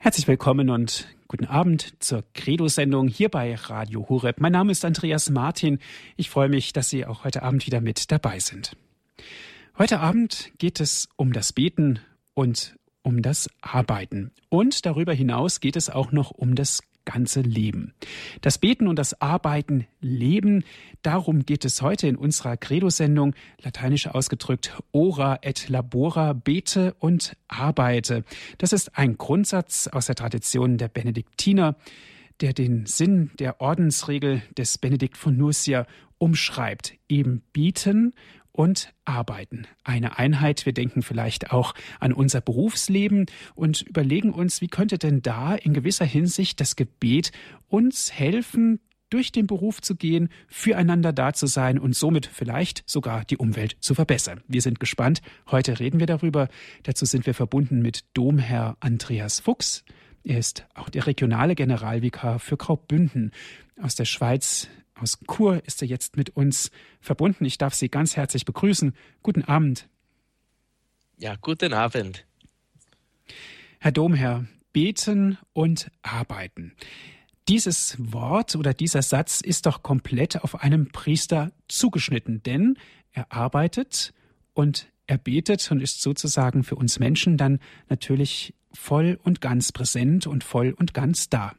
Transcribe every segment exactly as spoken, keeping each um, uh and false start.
Herzlich willkommen und guten Abend zur Credo-Sendung hier bei Radio Horeb. Mein Name ist Andreas Martin. Ich freue mich, dass Sie auch heute Abend wieder mit dabei sind. Heute Abend geht es um das Beten und um das Arbeiten. Und darüber hinaus geht es auch noch um das ganze Leben. Das Beten und das Arbeiten, Leben, darum geht es heute in unserer Credo-Sendung, lateinisch ausgedrückt ora et labora, bete und arbeite. Das ist ein Grundsatz aus der Tradition der Benediktiner, der den Sinn der Ordensregel des Benedikt von Nursia umschreibt. Eben bieten und arbeiten. Eine Einheit. Wir denken vielleicht auch an unser Berufsleben und überlegen uns, wie könnte denn da in gewisser Hinsicht das Gebet uns helfen, durch den Beruf zu gehen, füreinander da zu sein und somit vielleicht sogar die Umwelt zu verbessern. Wir sind gespannt. Heute reden wir darüber. Dazu sind wir verbunden mit Domherr Andreas Fuchs. Er ist auch der regionale Generalvikar für Graubünden aus der Schweiz. Aus Chur ist er jetzt mit uns verbunden. Ich darf Sie ganz herzlich begrüßen. Guten Abend. Ja, guten Abend. Herr Domherr, beten und arbeiten. Dieses Wort oder dieser Satz ist doch komplett auf einen Priester zugeschnitten, denn er arbeitet und er betet und ist sozusagen für uns Menschen dann natürlich voll und ganz präsent und voll und ganz da.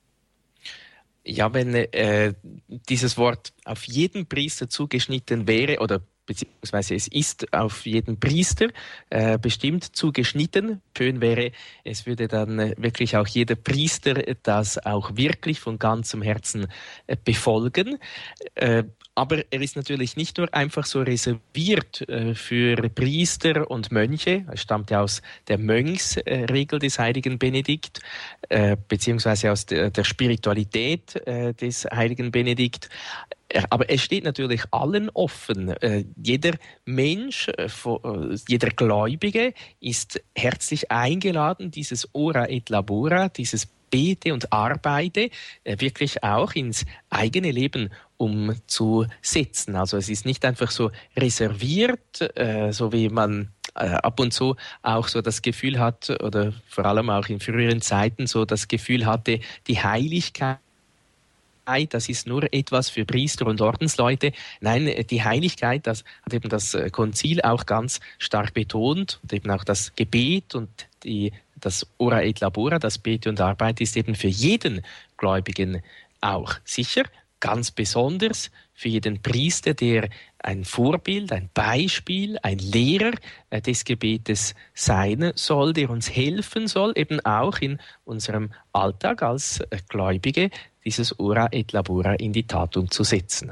Ja, wenn äh, dieses Wort auf jeden Priester zugeschnitten wäre, oder beziehungsweise es ist auf jeden Priester äh, bestimmt zugeschnitten, schön wäre, es würde dann äh, wirklich auch jeder Priester das auch wirklich von ganzem Herzen äh, befolgen. Äh, Aber er ist natürlich nicht nur einfach so reserviert äh, für Priester und Mönche. Er stammt ja aus der Mönchsregel des heiligen Benedikt, äh, beziehungsweise aus der, der Spiritualität äh, des heiligen Benedikt. Aber es steht natürlich allen offen. Äh, jeder Mensch, äh, äh, jeder Gläubige ist herzlich eingeladen, dieses ora et labora, dieses Bete und Arbeite äh, wirklich auch ins eigene Leben umzusetzen. Also es ist nicht einfach so reserviert, äh, so wie man äh, ab und zu auch so das Gefühl hat, oder vor allem auch in früheren Zeiten so das Gefühl hatte, die Heiligkeit, das ist nur etwas für Priester und Ordensleute. Nein, die Heiligkeit, das hat eben das Konzil auch ganz stark betont, und eben auch das Gebet und die, das ora et labora, das Bete und Arbeit, ist eben für jeden Gläubigen auch sicher, ganz besonders für jeden Priester, der ein Vorbild, ein Beispiel, ein Lehrer äh, des Gebetes sein soll, der uns helfen soll, eben auch in unserem Alltag als äh, Gläubige dieses ora et labora in die Tat umzusetzen.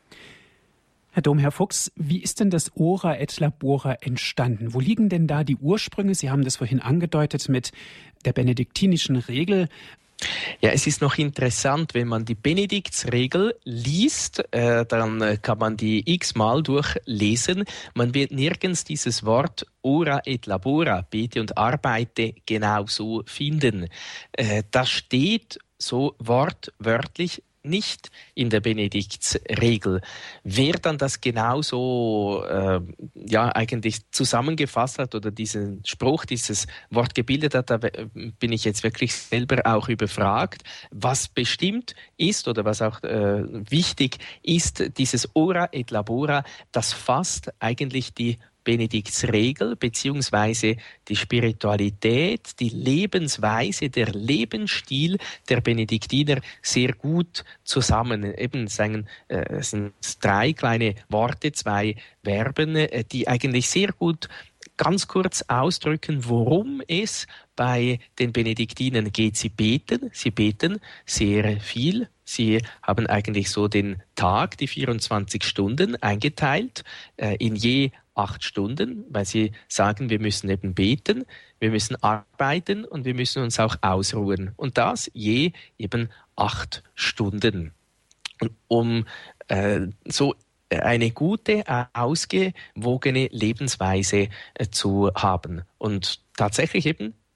Herr Domherr Fuchs, wie ist denn das ora et labora entstanden? Wo liegen denn da die Ursprünge? Sie haben das vorhin angedeutet mit der benediktinischen Regel. Ja, es ist noch interessant, wenn man die Benediktsregel liest, äh, dann kann man die x-mal durchlesen. Man wird nirgends dieses Wort ora et labora, bete und arbeite, genau so finden. Äh, das steht so wortwörtlich nicht in der Benediktsregel. Wer dann das genauso äh, ja eigentlich zusammengefasst hat oder diesen Spruch, dieses Wort gebildet hat, da bin ich jetzt wirklich selber auch überfragt. Was bestimmt ist oder was auch äh, wichtig ist, dieses ora et labora, das fasst eigentlich die Benediktsregel beziehungsweise die Spiritualität, die Lebensweise, der Lebensstil der Benediktiner sehr gut zusammen. Eben sagen, äh, es sind drei kleine Worte, zwei Verben, äh, die eigentlich sehr gut ganz kurz ausdrücken, worum es bei den Benediktinern geht. Sie beten, sie beten sehr viel. Sie haben eigentlich so den Tag, die vierundzwanzig Stunden eingeteilt, äh, in je acht Stunden, weil sie sagen, wir müssen eben beten, wir müssen arbeiten und wir müssen uns auch ausruhen. Und das je eben acht Stunden. Und um äh, so eine gute, ausgewogene Lebensweise äh, zu haben. Und tatsächlich eben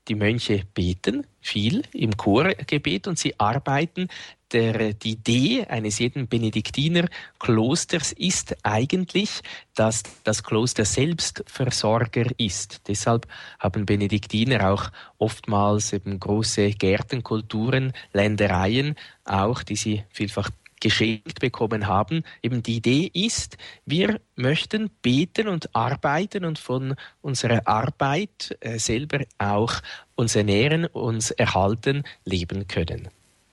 die Mönche beten viel im Chorgebet und sie arbeiten. Der, die Idee eines jeden Benediktinerklosters ist eigentlich, dass das Kloster selbst Versorger ist. Deshalb haben Benediktiner auch oftmals eben große Gärtenkulturen, Ländereien, auch die sie vielfach geschenkt bekommen haben. Eben die Idee ist, wir möchten beten und arbeiten und von unserer Arbeit äh, selber auch uns ernähren, uns erhalten, leben können.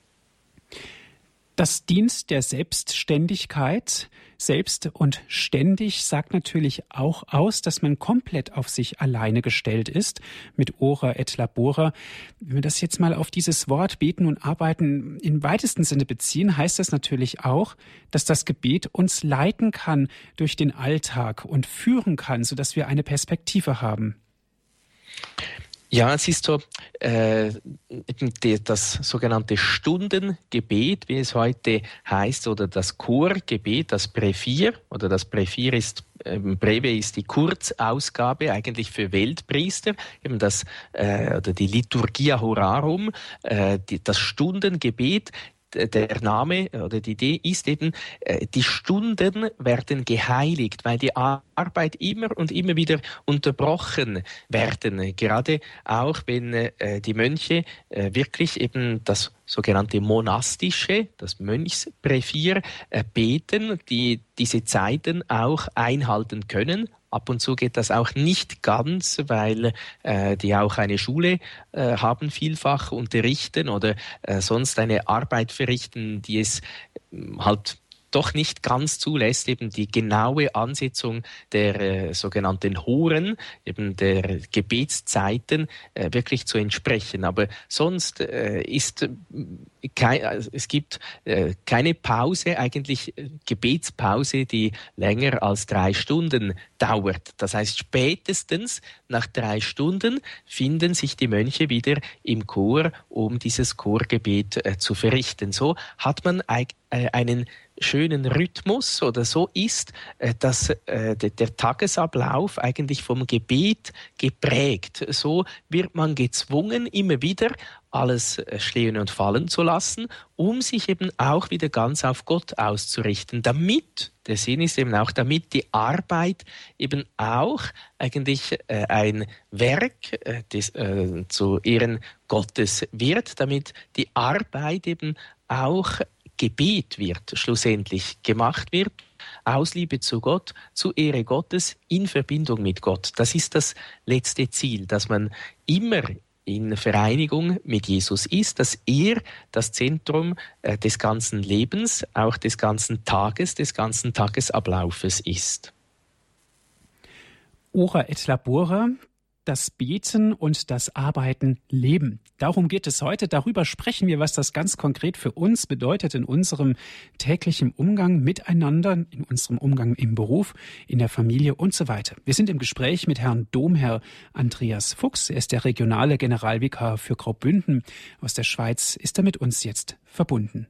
Das Dienst der Selbstständigkeit, selbst und ständig, sagt natürlich auch aus, dass man komplett auf sich alleine gestellt ist, mit ora et labora. Wenn wir das jetzt mal auf dieses Wort Beten und Arbeiten im weitesten Sinne beziehen, heißt das natürlich auch, dass das Gebet uns leiten kann durch den Alltag und führen kann, sodass wir eine Perspektive haben. Ja, es ist so, äh, das sogenannte Stundengebet, wie es heute heißt, oder das Chorgebet, das Brevir, oder das Brevir ist, äh, Breve ist die Kurzausgabe eigentlich für Weltpriester, eben das, äh, oder die Liturgia Horarum, äh, die, das Stundengebet. Der Name oder die Idee ist eben, die Stunden werden geheiligt, weil die Arbeit immer und immer wieder unterbrochen werden. Gerade auch, wenn die Mönche wirklich eben das sogenannte monastische, das Mönchsbrevir beten, die diese Zeiten auch einhalten können. Ab und zu geht das auch nicht ganz, weil äh, die auch eine Schule äh, haben, vielfach unterrichten oder äh, sonst eine Arbeit verrichten, die es äh, halt doch nicht ganz zulässt, eben die genaue Ansetzung der äh, sogenannten Horen, eben der Gebetszeiten, äh, wirklich zu entsprechen. Aber sonst äh, ist äh, kein, also es gibt äh, keine Pause, eigentlich äh, Gebetspause, die länger als drei Stunden dauert. Das heißt, spätestens nach drei Stunden finden sich die Mönche wieder im Chor, um dieses Chorgebet äh, zu verrichten. So hat man äh, einen schönen Rhythmus, oder so ist, äh, dass äh, der, der Tagesablauf eigentlich vom Gebet geprägt. So wird man gezwungen, immer wieder alles stehen und fallen zu lassen, um sich eben auch wieder ganz auf Gott auszurichten, damit, der Sinn ist eben auch, damit die Arbeit eben auch eigentlich äh, ein Werk äh, des, äh, zu Ehren Gottes wird, damit die Arbeit eben auch Gebet wird, schlussendlich gemacht wird, aus Liebe zu Gott, zu Ehre Gottes, in Verbindung mit Gott. Das ist das letzte Ziel, dass man immer in Vereinigung mit Jesus ist, dass er das Zentrum äh, des ganzen Lebens, auch des ganzen Tages, des ganzen Tagesablaufes ist. Ora et labora, das Beten und das Arbeiten leben. Darum geht es heute. Darüber sprechen wir, was das ganz konkret für uns bedeutet in unserem täglichen Umgang miteinander, in unserem Umgang im Beruf, in der Familie und so weiter. Wir sind im Gespräch mit Herrn Domherr Andreas Fuchs. Er ist der regionale Generalvikar für Graubünden. Aus der Schweiz ist er mit uns jetzt verbunden.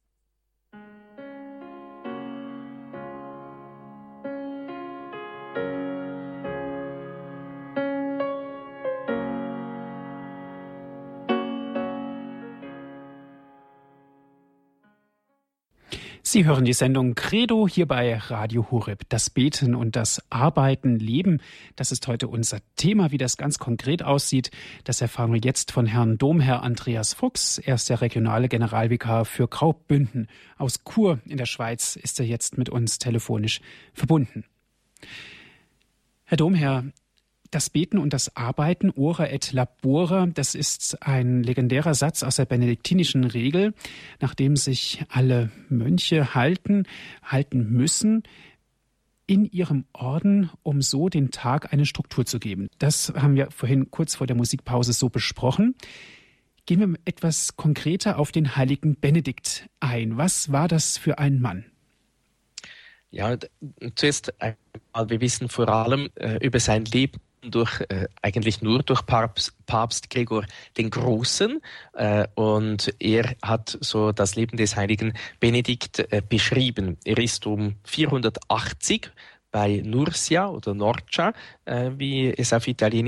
Sie hören die Sendung Credo hier bei Radio Horeb. Das Beten und das Arbeiten, Leben, das ist heute unser Thema. Wie das ganz konkret aussieht, das erfahren wir jetzt von Herrn Domherr Andreas Fuchs. Er ist der regionale Generalvikar für Graubünden. Aus Chur in der Schweiz ist er jetzt mit uns telefonisch verbunden. Herr Domherr, das Beten und das Arbeiten, ora et labora, das ist ein legendärer Satz aus der benediktinischen Regel, nach dem sich alle Mönche halten, halten müssen in ihrem Orden, um so den Tag eine Struktur zu geben. Das haben wir vorhin kurz vor der Musikpause so besprochen. Gehen wir etwas konkreter auf den heiligen Benedikt ein. Was war das für ein Mann? Ja, zuerst einmal, wir wissen vor allem äh, über sein Leben durch äh, eigentlich nur durch Papst, Papst Gregor den Großen, äh, und er hat so das Leben des heiligen Benedikt äh, beschrieben. Er ist um vierhundertachtzig bei Nursia oder Norcia, äh, wie es auf Italienisch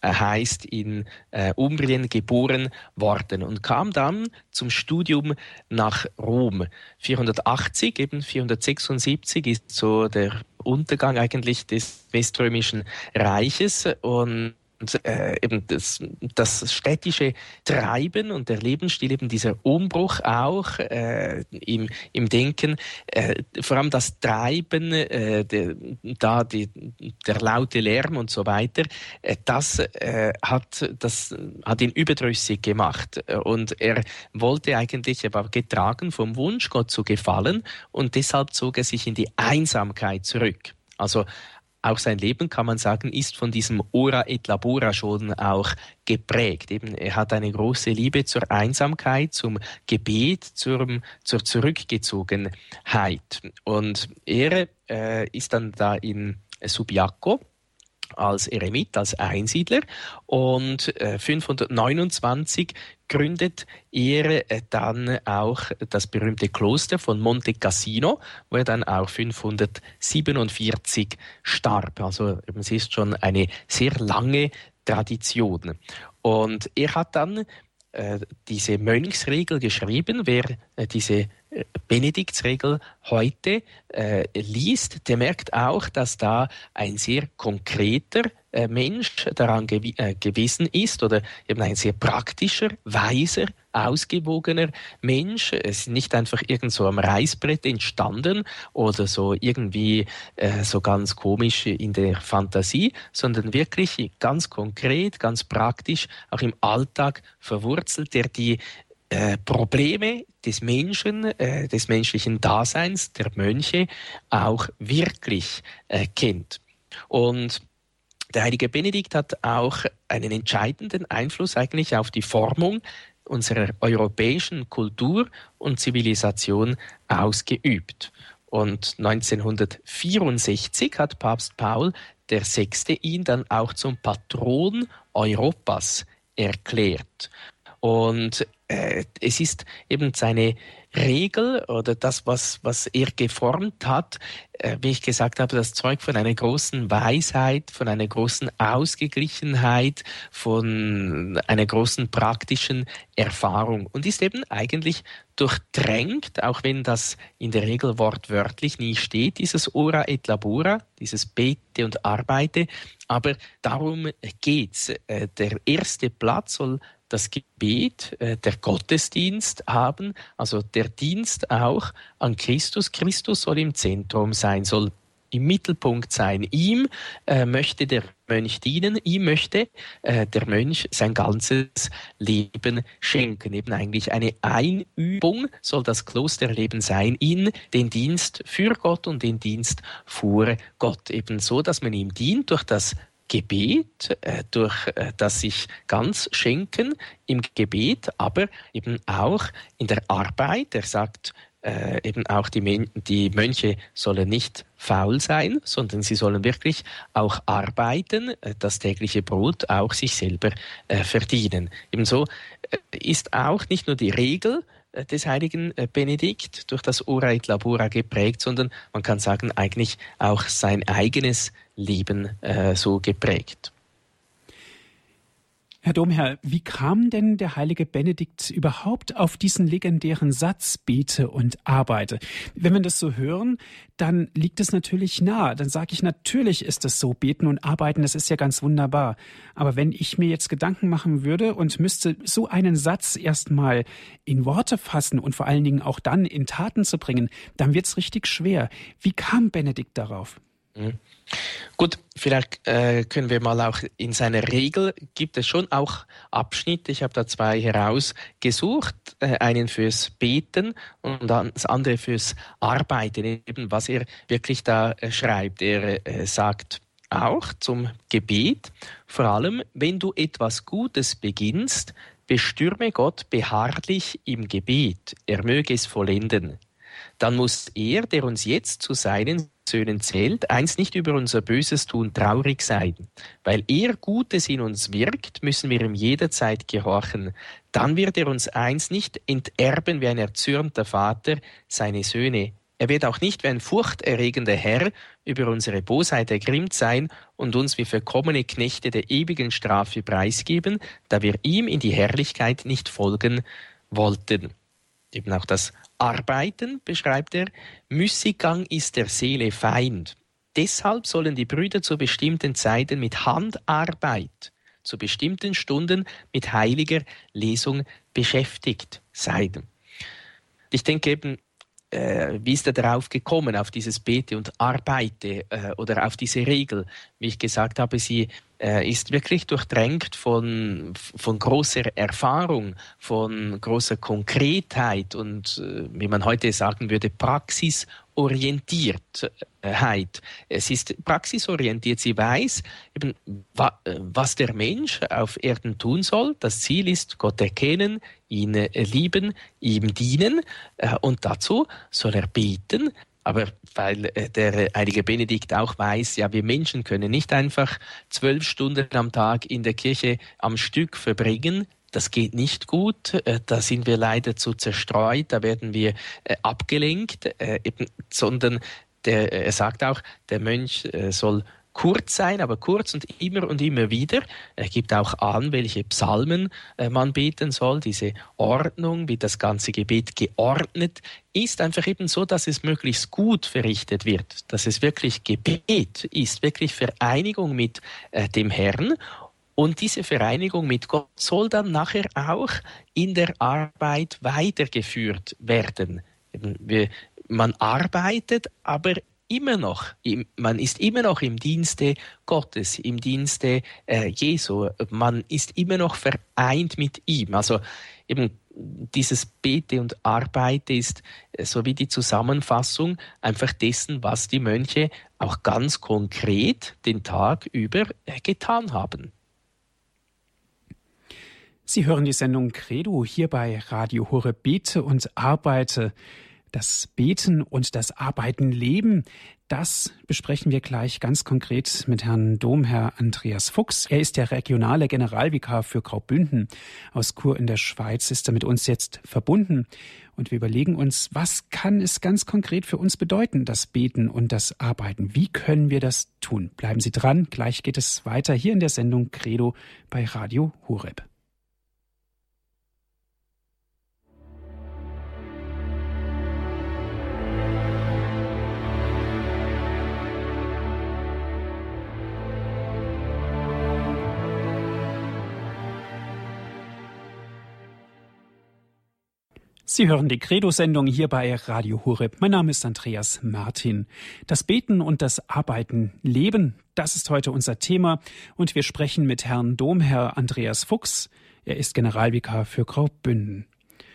heißt in äh, Umbrien geboren worden und kam dann zum Studium nach Rom. vierhundertachtzig, eben vierhundertsechsundsiebzig ist so der Untergang eigentlich des Weströmischen Reiches und Und äh, eben das, das städtische Treiben und der Lebensstil, eben dieser Umbruch auch äh, im, im Denken, äh, vor allem das Treiben, äh, der, da die, der laute Lärm und so weiter, äh, das, äh, hat, das hat ihn überdrüssig gemacht. Und er wollte eigentlich, er war getragen vom Wunsch, Gott zu gefallen, und deshalb zog er sich in die Einsamkeit zurück. Also auch sein Leben, kann man sagen, ist von diesem Ora et Labora schon auch geprägt. Eben, er hat eine große Liebe zur Einsamkeit, zum Gebet, zur, zur Zurückgezogenheit. Und er äh, ist dann da in Subiaco als Eremit, als Einsiedler, und äh, fünfhundertneunundzwanzig gründet er äh, dann auch das berühmte Kloster von Monte Cassino, wo er dann auch fünfhundertsiebenundvierzig starb. Also es ist schon eine sehr lange Tradition. Und er hat dann äh, diese Mönchsregel geschrieben. Wer äh, diese äh, Benediktsregel heute äh, liest, der merkt auch, dass da ein sehr konkreter äh, Mensch daran gew- äh, gewesen ist oder eben ein sehr praktischer, weiser, ausgewogener Mensch. Es ist nicht einfach irgend so am Reißbrett entstanden oder so irgendwie äh, so ganz komisch in der Fantasie, sondern wirklich ganz konkret, ganz praktisch, auch im Alltag verwurzelt, der die äh, Probleme des Menschen, äh, des menschlichen Daseins, der Mönche auch wirklich äh, kennt. Und der heilige Benedikt hat auch einen entscheidenden Einfluss eigentlich auf die Formung unserer europäischen Kultur und Zivilisation ausgeübt. Und neunzehnhundertvierundsechzig hat Papst Paul der Sechste ihn dann auch zum Patron Europas erklärt. Und äh, es ist eben seine Regel oder das, was, was er geformt hat, äh, wie ich gesagt habe, das Zeug von einer großen Weisheit, von einer großen Ausgeglichenheit, von einer großen praktischen Erfahrung und ist eben eigentlich durchdrängt, auch wenn das in der Regel wortwörtlich nie steht, dieses Ora et Labora, dieses Bete und Arbeite, aber darum geht's. Äh, der erste Platz soll das Gebet, äh, der Gottesdienst haben, also der Dienst auch an Christus. Christus soll im Zentrum sein, soll im Mittelpunkt sein. Ihm äh, möchte der Mönch dienen, ihm möchte äh, der Mönch sein ganzes Leben schenken. Eben eigentlich eine Einübung soll das Klosterleben sein in den Dienst für Gott und den Dienst vor Gott. Eben so, dass man ihm dient durch das Gebet, äh, durch äh, das sich ganz schenken im Gebet, aber eben auch in der Arbeit. Er sagt äh, eben auch, die, Men- die Mönche sollen nicht faul sein, sondern sie sollen wirklich auch arbeiten, äh, das tägliche Brot auch sich selber äh, verdienen. Ebenso äh, ist auch nicht nur die Regel äh, des heiligen äh, Benedikt durch das Ora et Labora geprägt, sondern man kann sagen, eigentlich auch sein eigenes Leben äh, so geprägt. Herr Domherr, wie kam denn der heilige Benedikt überhaupt auf diesen legendären Satz Bete und Arbeite? Wenn wir das so hören, dann liegt es natürlich nah. Dann sage ich, natürlich ist es so, beten und arbeiten, das ist ja ganz wunderbar. Aber wenn ich mir jetzt Gedanken machen würde und müsste so einen Satz erstmal in Worte fassen und vor allen Dingen auch dann in Taten zu bringen, dann wird es richtig schwer. Wie kam Benedikt darauf? Mhm. Gut, vielleicht äh, können wir mal auch in seiner Regel, gibt es schon auch Abschnitte, ich habe da zwei herausgesucht, äh, einen fürs Beten und dann das andere fürs Arbeiten, eben was er wirklich da äh, schreibt. Er äh, sagt auch zum Gebet, vor allem, wenn du etwas Gutes beginnst, bestürme Gott beharrlich im Gebet, er möge es vollenden. Dann muss er, der uns jetzt zu seinen Söhnen zählt, einst nicht über unser böses Tun traurig sein. Weil er Gutes in uns wirkt, müssen wir ihm jederzeit gehorchen. Dann wird er uns einst nicht enterben wie ein erzürnter Vater seine Söhne Er wird auch nicht wie ein furchterregender Herr über unsere Bosheit ergrimmt sein und uns wie verkommene Knechte der ewigen Strafe preisgeben, da wir ihm in die Herrlichkeit nicht folgen wollten. Eben auch das Arbeiten beschreibt er. Müßiggang ist der Seele Feind. Deshalb sollen die Brüder zu bestimmten Zeiten mit Handarbeit, zu bestimmten Stunden mit heiliger Lesung beschäftigt sein. Ich denke eben, äh, wie ist er darauf gekommen, auf dieses Bete und Arbeite äh, oder auf diese Regel? Wie ich gesagt habe, sie äh, ist wirklich durchdrängt von, von großer Erfahrung, von großer Konkretheit und, äh, wie man heute sagen würde, Praxisorientiertheit. Es ist praxisorientiert, sie weiß, eben, wa, was der Mensch auf Erden tun soll. Das Ziel ist, Gott erkennen, ihn lieben, ihm dienen äh, und dazu soll er beten. Aber weil äh, der heilige Benedikt auch weiß, ja, wir Menschen können nicht einfach zwölf Stunden am Tag in der Kirche am Stück verbringen. Das geht nicht gut, äh, da sind wir leider zu zerstreut, da werden wir äh, abgelenkt, äh, eben, sondern der, er sagt auch, der Mönch äh, soll kurz sein, aber kurz und immer und immer wieder. Er gibt auch an, welche Psalmen äh, man beten soll. Diese Ordnung, wie das ganze Gebet geordnet ist, einfach eben so, dass es möglichst gut verrichtet wird, dass es wirklich Gebet ist, wirklich Vereinigung mit äh, dem Herrn. Und diese Vereinigung mit Gott soll dann nachher auch in der Arbeit weitergeführt werden. Eben wir, man arbeitet, aber immer noch, man ist immer noch im Dienste Gottes, im Dienste äh, Jesu. Man ist immer noch vereint mit ihm. Also eben dieses Bete und Arbeite ist äh, so wie die Zusammenfassung einfach dessen, was die Mönche auch ganz konkret den Tag über äh, getan haben. Sie hören die Sendung Credo hier bei Radio Horeb. Bete und Arbeite. Das Beten und das Arbeiten leben, das besprechen wir gleich ganz konkret mit Herrn Domherr Andreas Fuchs. Er ist der regionale Generalvikar für Graubünden aus Chur in der Schweiz, ist er mit uns jetzt verbunden. Und wir überlegen uns, was kann es ganz konkret für uns bedeuten, das Beten und das Arbeiten? Wie können wir das tun? Bleiben Sie dran, gleich geht es weiter hier in der Sendung Credo bei Radio Horeb. Sie hören die Credo-Sendung hier bei Radio Horeb. Mein Name ist Andreas Martin. Das Beten und das Arbeiten leben, das ist heute unser Thema. Und wir sprechen mit Herrn Domherr Andreas Fuchs. Er ist Generalvikar für Graubünden.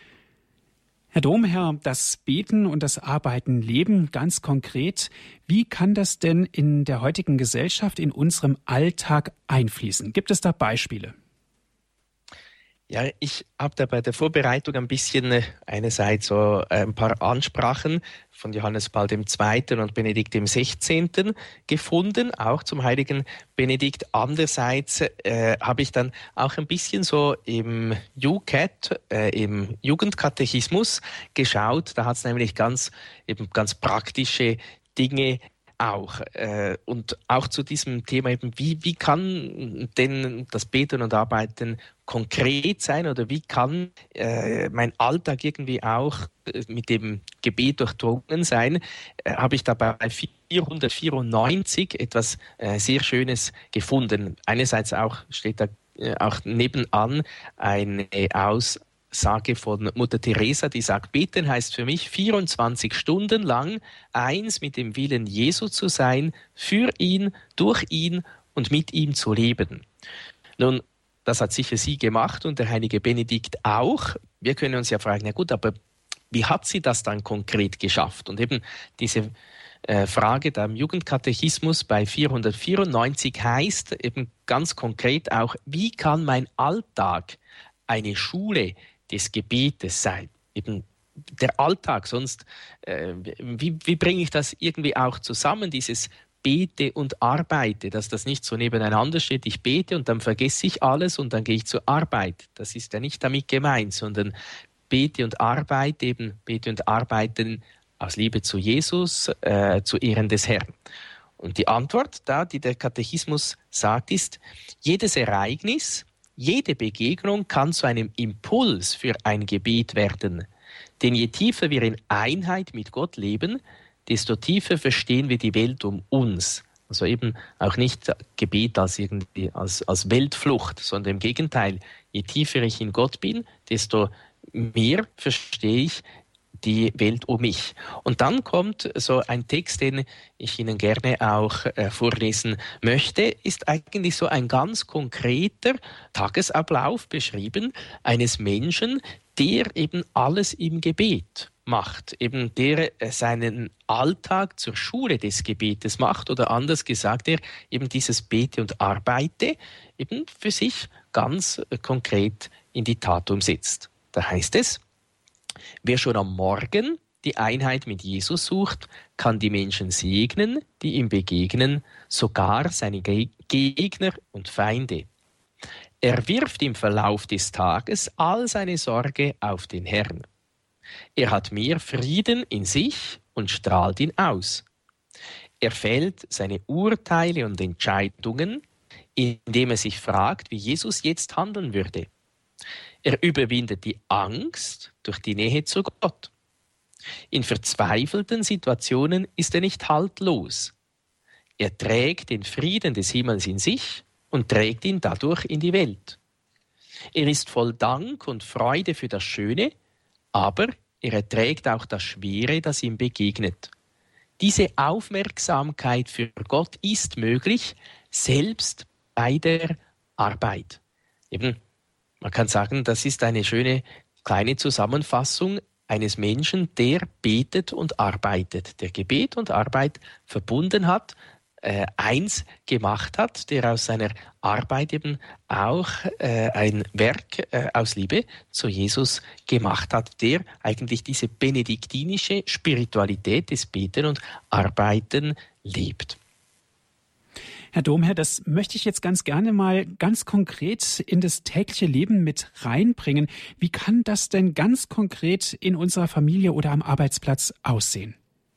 Herr Domherr, das Beten und das Arbeiten leben, ganz konkret. Wie kann das denn in der heutigen Gesellschaft, in unserem Alltag einfließen? Gibt es da Beispiele? Ja, ich habe da bei der Vorbereitung ein bisschen äh, einerseits so äh, ein paar Ansprachen von Johannes Paul der Zweite. und Benedikt der Sechzehnte. gefunden, auch zum heiligen Benedikt. Andererseits äh, habe ich dann auch ein bisschen so im U C A T, äh, im Jugendkatechismus geschaut. Da hat es nämlich ganz, eben ganz praktische Dinge auch. Äh, und auch zu diesem Thema eben, wie, wie kann denn das Beten und Arbeiten konkret sein oder wie kann äh, mein Alltag irgendwie auch äh, mit dem Gebet durchdrungen sein, äh, habe ich dabei vierhundertvierundneunzig etwas äh, sehr Schönes gefunden. Einerseits auch steht da äh, auch nebenan eine Aus Sage von Mutter Teresa, die sagt, beten heißt für mich vierundzwanzig Stunden lang eins mit dem Willen Jesu zu sein, für ihn, durch ihn und mit ihm zu leben. Nun, das hat sicher sie gemacht und der heilige Benedikt auch. Wir können uns ja fragen, na gut, aber wie hat sie das dann konkret geschafft? Und eben diese äh, Frage da im Jugendkatechismus bei vierhundertvierundneunzig heißt eben ganz konkret auch, wie kann mein Alltag eine Schule des Gebetes sein, eben der Alltag. Sonst, äh, wie, wie bringe ich das irgendwie auch zusammen, dieses Bete und Arbeite, dass das nicht so nebeneinander steht, ich bete und dann vergesse ich alles und dann gehe ich zur Arbeit. Das ist ja nicht damit gemeint, sondern bete und arbeite, eben bete und arbeiten aus Liebe zu Jesus, äh, zu Ehren des Herrn? Und die Antwort, da, die der Katechismus sagt, ist, jedes Ereignis, jede Begegnung kann zu einem Impuls für ein Gebet werden. Denn je tiefer wir in Einheit mit Gott leben, desto tiefer verstehen wir die Welt um uns. Also eben auch nicht Gebet als irgendwie als, als Weltflucht, sondern im Gegenteil, je tiefer ich in Gott bin, desto mehr verstehe ich die Welt um mich. Und dann kommt so ein Text, den ich Ihnen gerne auch äh, vorlesen möchte, ist eigentlich so ein ganz konkreter Tagesablauf beschrieben eines Menschen, der eben alles im Gebet macht, eben der äh, seinen Alltag zur Schule des Gebetes macht, oder anders gesagt, der eben dieses Bete und Arbeite eben für sich ganz äh, konkret in die Tat umsetzt. Da heißt es, wer schon am Morgen die Einheit mit Jesus sucht, kann die Menschen segnen, die ihm begegnen, sogar seine Gegner und Feinde. Er wirft im Verlauf des Tages all seine Sorge auf den Herrn. Er hat mehr Frieden in sich und strahlt ihn aus. Er fällt seine Urteile und Entscheidungen, indem er sich fragt, wie Jesus jetzt handeln würde. Er überwindet die Angst durch die Nähe zu Gott. In verzweifelten Situationen ist er nicht haltlos. Er trägt den Frieden des Himmels in sich und trägt ihn dadurch in die Welt. Er ist voll Dank und Freude für das Schöne, aber er erträgt auch das Schwere, das ihm begegnet. Diese Aufmerksamkeit für Gott ist möglich, selbst bei der Arbeit. Eben, man kann sagen, das ist eine schöne kleine Zusammenfassung eines Menschen, der betet und arbeitet, der Gebet und Arbeit verbunden hat, äh, eins gemacht hat, der aus seiner Arbeit eben auch äh, ein Werk äh, aus Liebe zu Jesus gemacht hat, der eigentlich diese benediktinische Spiritualität des Beten und Arbeiten lebt. Herr Domherr, das möchte ich jetzt ganz gerne mal ganz konkret in das tägliche Leben mit reinbringen. Wie kann das denn ganz konkret in unserer Familie oder am Arbeitsplatz aussehen?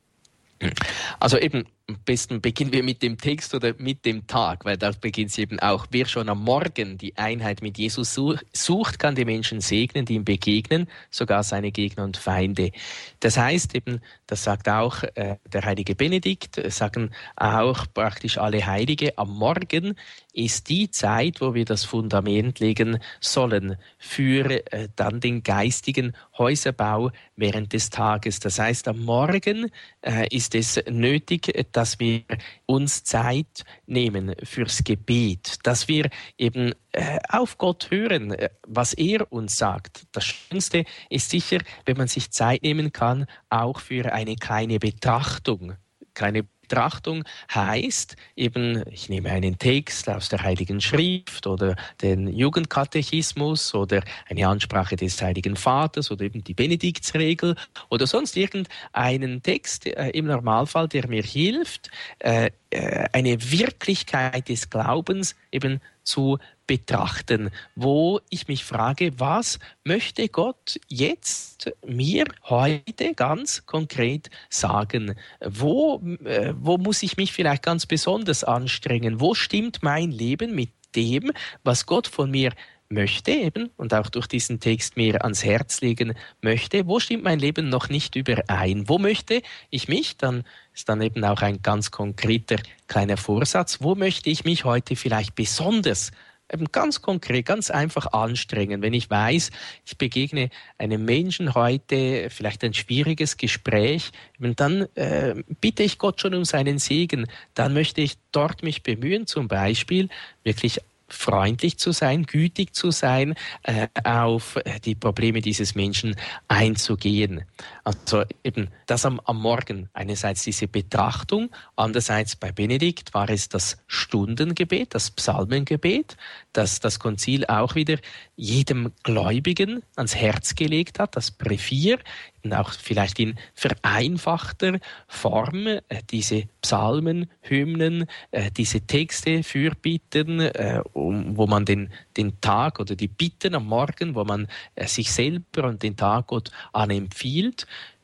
Also eben, am besten beginnen wir mit dem Text oder mit dem Tag, weil da beginnt es eben auch. Wer schon am Morgen die Einheit mit Jesus sucht, kann die Menschen segnen, die ihm begegnen, sogar seine Gegner und Feinde. Das heißt eben, das sagt auch äh, der heilige Benedikt, sagen auch praktisch alle Heilige, am Morgen ist die Zeit, wo wir das Fundament legen sollen für äh, dann den geistigen Häuserbau während des Tages. Das heißt, am Morgen äh, ist es nötig, dass wir uns Zeit nehmen fürs Gebet, dass wir eben äh, auf Gott hören, äh, was er uns sagt. Das Schönste ist sicher, wenn man sich Zeit nehmen kann, auch für eine kleine Betrachtung. Kleine Betrachtung heißt eben, ich nehme einen Text aus der Heiligen Schrift oder den Jugendkatechismus oder eine Ansprache des Heiligen Vaters oder eben die Benediktsregel oder sonst irgendeinen Text äh, im Normalfall, der mir hilft, äh, äh, eine Wirklichkeit des Glaubens eben zu betrachten, wo ich mich frage, was möchte Gott jetzt mir heute ganz konkret sagen? Wo, äh, wo muss ich mich vielleicht ganz besonders anstrengen? Wo stimmt mein Leben mit dem, was Gott von mir möchte eben und auch durch diesen Text mir ans Herz legen möchte? Wo stimmt mein Leben noch nicht überein? Wo möchte ich mich, dann ist dann eben auch ein ganz konkreter kleiner Vorsatz, wo möchte ich mich heute vielleicht besonders eben ganz konkret, ganz einfach anstrengen, wenn ich weiß, ich begegne einem Menschen heute, vielleicht ein schwieriges Gespräch, dann äh, bitte ich Gott schon um seinen Segen, dann möchte ich dort mich bemühen, zum Beispiel wirklich freundlich zu sein, gütig zu sein, äh, auf die Probleme dieses Menschen einzugehen. Also eben das am, am Morgen, einerseits diese Betrachtung, andererseits bei Benedikt war es das Stundengebet, das Psalmengebet, das das Konzil auch wieder jedem Gläubigen ans Herz gelegt hat, das Brevier, auch vielleicht in vereinfachter Form äh, diese Psalmen, Hymnen, äh, diese Texte, Fürbitten, äh, um, wo man den, den Tag oder die Bitten am Morgen, wo man äh, sich selber und den Tag Gott anempfiehlt,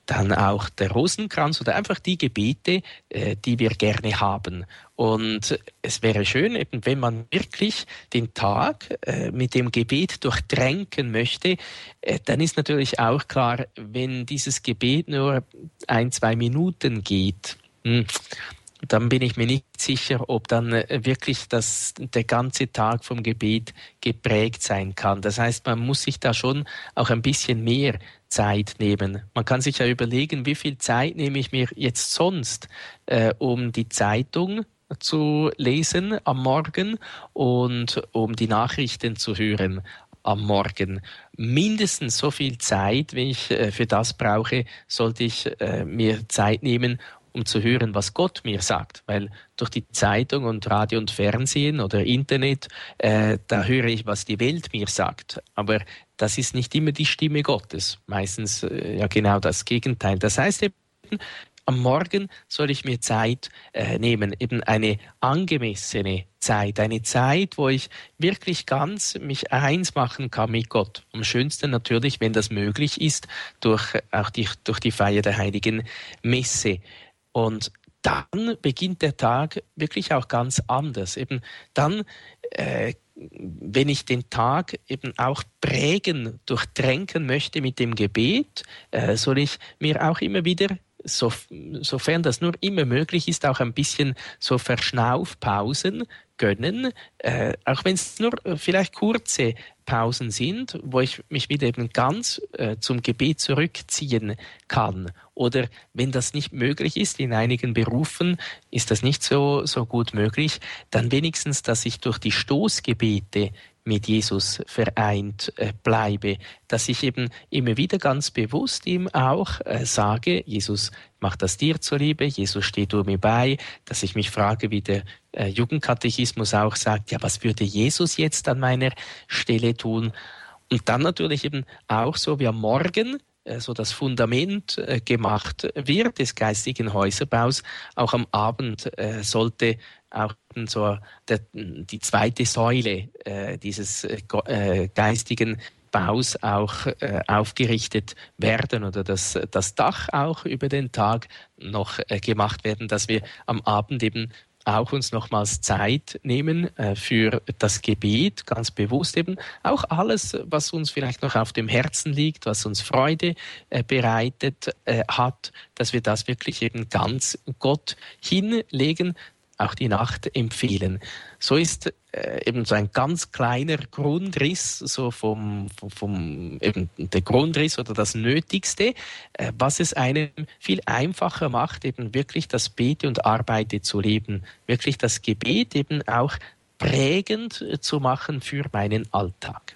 dann auch der Rosenkranz oder einfach die Gebete, äh, die wir gerne haben. Und es wäre schön, eben, wenn man wirklich den Tag äh, mit dem Gebet durchtränken möchte, äh, dann ist natürlich auch klar, wenn dieses Gebet nur ein, zwei Minuten geht, hm, dann bin ich mir nicht sicher, ob dann wirklich das, der ganze Tag vom Gebet geprägt sein kann. Das heißt, man muss sich da schon auch ein bisschen mehr Zeit nehmen. Man kann sich ja überlegen, wie viel Zeit nehme ich mir jetzt sonst, äh, um die Zeitung zu lesen am Morgen und um die Nachrichten zu hören am Morgen. Mindestens so viel Zeit, wie ich äh, für das brauche, sollte ich äh, mir Zeit nehmen, um zu hören, was Gott mir sagt. Weil durch die Zeitung und Radio und Fernsehen oder Internet, äh, da höre ich, was die Welt mir sagt. Aber das ist nicht immer die Stimme Gottes. Meistens äh, ja genau das Gegenteil. Das heißt eben, am Morgen soll ich mir Zeit äh, nehmen, eben eine angemessene Zeit, eine Zeit, wo ich wirklich ganz mich eins machen kann mit Gott. Am schönsten natürlich, wenn das möglich ist, durch auch die, durch die Feier der Heiligen Messe. Und dann beginnt der Tag wirklich auch ganz anders. Eben dann, äh, wenn ich den Tag eben auch prägen, durchtränken möchte mit dem Gebet, äh, soll ich mir auch immer wieder, so, sofern das nur immer möglich ist, auch ein bisschen so Verschnaufpausen gönnen, äh, auch wenn es nur vielleicht kurze Pausen sind, wo ich mich wieder eben ganz äh, zum Gebet zurückziehen kann. Oder wenn das nicht möglich ist, in einigen Berufen ist das nicht so, so gut möglich, dann wenigstens, dass ich durch die Stoßgebete mit Jesus vereint äh, bleibe, dass ich eben immer wieder ganz bewusst ihm auch äh, sage, Jesus macht das dir zuliebe, Jesus steht du mir bei, dass ich mich frage, wie der äh, Jugendkatechismus auch sagt, ja, was würde Jesus jetzt an meiner Stelle tun? Und dann natürlich eben auch so wie am Morgen, äh, so das Fundament äh, gemacht wird des geistigen Häuserbaus, auch am Abend äh, sollte auch so der, die zweite Säule äh, dieses äh, geistigen Baus auch äh, aufgerichtet werden oder das, das Dach auch über den Tag noch äh, gemacht werden, dass wir am Abend eben auch uns nochmals Zeit nehmen äh, für das Gebet, ganz bewusst eben auch alles, was uns vielleicht noch auf dem Herzen liegt, was uns Freude äh, bereitet äh, hat, dass wir das wirklich eben ganz Gott hinlegen, auch die Nacht empfehlen. So ist äh, eben so ein ganz kleiner Grundriss, so vom, vom, vom eben der Grundriss oder das Nötigste, äh, was es einem viel einfacher macht, eben wirklich das Bete und Arbeite zu leben, wirklich das Gebet eben auch prägend zu machen für meinen Alltag.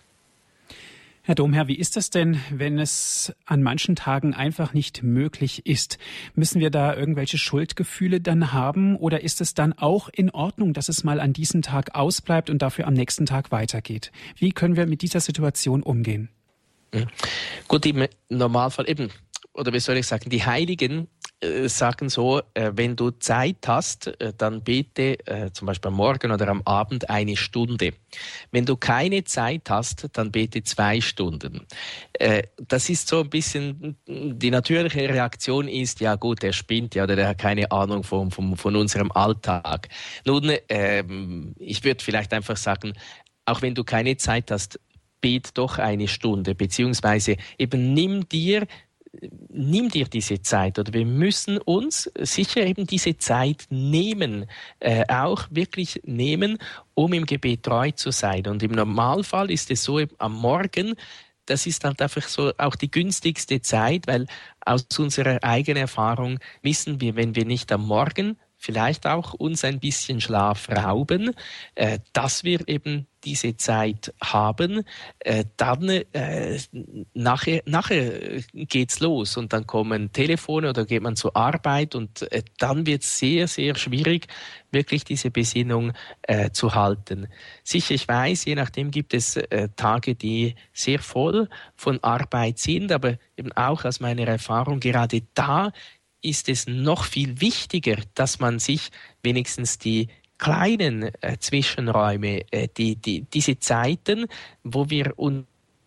Herr Domherr, wie ist das denn, wenn es an manchen Tagen einfach nicht möglich ist? Müssen wir da irgendwelche Schuldgefühle dann haben oder ist es dann auch in Ordnung, dass es mal an diesem Tag ausbleibt und dafür am nächsten Tag weitergeht? Wie können wir mit dieser Situation umgehen? Mhm. Gut, im Normalfall eben, oder wie soll ich sagen, die Heiligen äh, sagen so, äh, wenn du Zeit hast, äh, dann bete äh, zum Beispiel am Morgen oder am Abend eine Stunde. Wenn du keine Zeit hast, dann bete zwei Stunden. Äh, das ist so ein bisschen, die natürliche Reaktion ist, ja gut, der spinnt ja oder der hat keine Ahnung von, von, von unserem Alltag. Nun, äh, ich würde vielleicht einfach sagen, auch wenn du keine Zeit hast, bet doch eine Stunde, beziehungsweise eben nimm dir Nimm dir diese Zeit oder wir müssen uns sicher eben diese Zeit nehmen, äh, auch wirklich nehmen, um im Gebet treu zu sein. Und im Normalfall ist es so, am Morgen, das ist halt einfach so auch die günstigste Zeit, weil aus unserer eigenen Erfahrung wissen wir, wenn wir nicht am Morgen vielleicht auch uns ein bisschen Schlaf rauben, äh, dass wir eben diese Zeit haben, äh, dann äh, nachher, nachher geht's los und dann kommen Telefone oder geht man zur Arbeit und äh, dann wird es sehr, sehr schwierig, wirklich diese Besinnung äh, zu halten. Sicher, ich weiß, je nachdem gibt es äh, Tage, die sehr voll von Arbeit sind, aber eben auch aus meiner Erfahrung, gerade da ist es noch viel wichtiger, dass man sich wenigstens die kleinen äh, Zwischenräume, äh, die, die, diese Zeiten, wo wir uns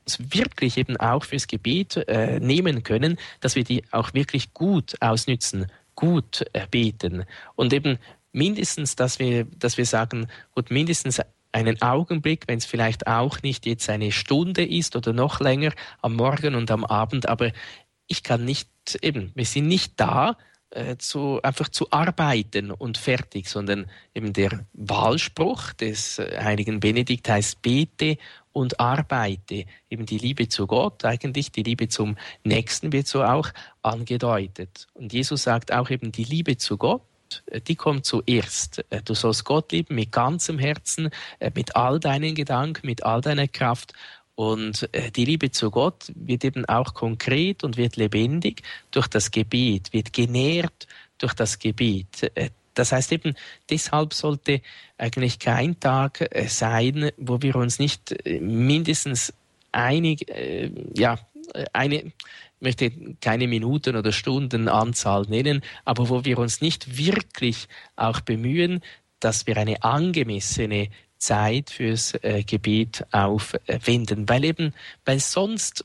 uns wirklich eben auch fürs Gebet äh, nehmen können, dass wir die auch wirklich gut ausnützen, gut äh, beten. Und eben mindestens, dass wir, dass wir sagen, gut, mindestens einen Augenblick, wenn es vielleicht auch nicht jetzt eine Stunde ist oder noch länger am Morgen und am Abend, aber ich kann nicht, eben, wir sind nicht da, äh, zu, einfach zu arbeiten und fertig, sondern eben der Wahlspruch des äh, heiligen Benedikt heißt, bete und arbeite. Eben die Liebe zu Gott, eigentlich die Liebe zum Nächsten wird so auch angedeutet. Und Jesus sagt auch eben die Liebe zu Gott, die kommt zuerst. Du sollst Gott lieben mit ganzem Herzen, mit all deinen Gedanken, mit all deiner Kraft. Und die Liebe zu Gott wird eben auch konkret und wird lebendig durch das Gebet, wird genährt durch das Gebet. Das heißt eben, deshalb sollte eigentlich kein Tag sein, wo wir uns nicht mindestens einig, ja, eine, ich möchte keine Minuten oder Stundenanzahl nennen, aber wo wir uns nicht wirklich auch bemühen, dass wir eine angemessene Zeit fürs äh, Gebet aufwenden. Weil eben, weil sonst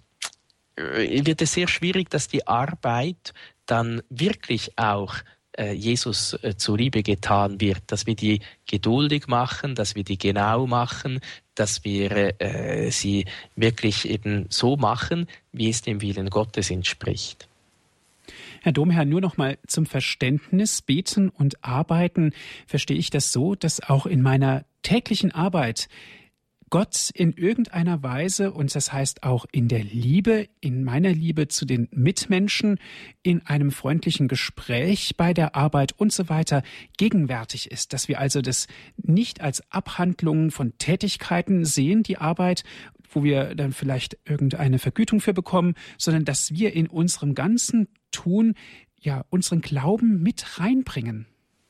äh, wird es sehr schwierig, dass die Arbeit dann wirklich auch äh, Jesus äh, zuliebe getan wird, dass wir die geduldig machen, dass wir die genau machen, dass wir äh, sie wirklich eben so machen, wie es dem Willen Gottes entspricht. Herr Domherr, nur noch mal zum Verständnis. Beten und Arbeiten, verstehe ich das so, dass auch in meiner täglichen Arbeit Gott in irgendeiner Weise, und das heißt auch in der Liebe, in meiner Liebe zu den Mitmenschen, in einem freundlichen Gespräch bei der Arbeit und so weiter gegenwärtig ist. Dass wir also das nicht als Abhandlung von Tätigkeiten sehen, die Arbeit, wo wir dann vielleicht irgendeine Vergütung für bekommen, sondern dass wir in unserem ganzen Tun ja unseren Glauben mit reinbringen.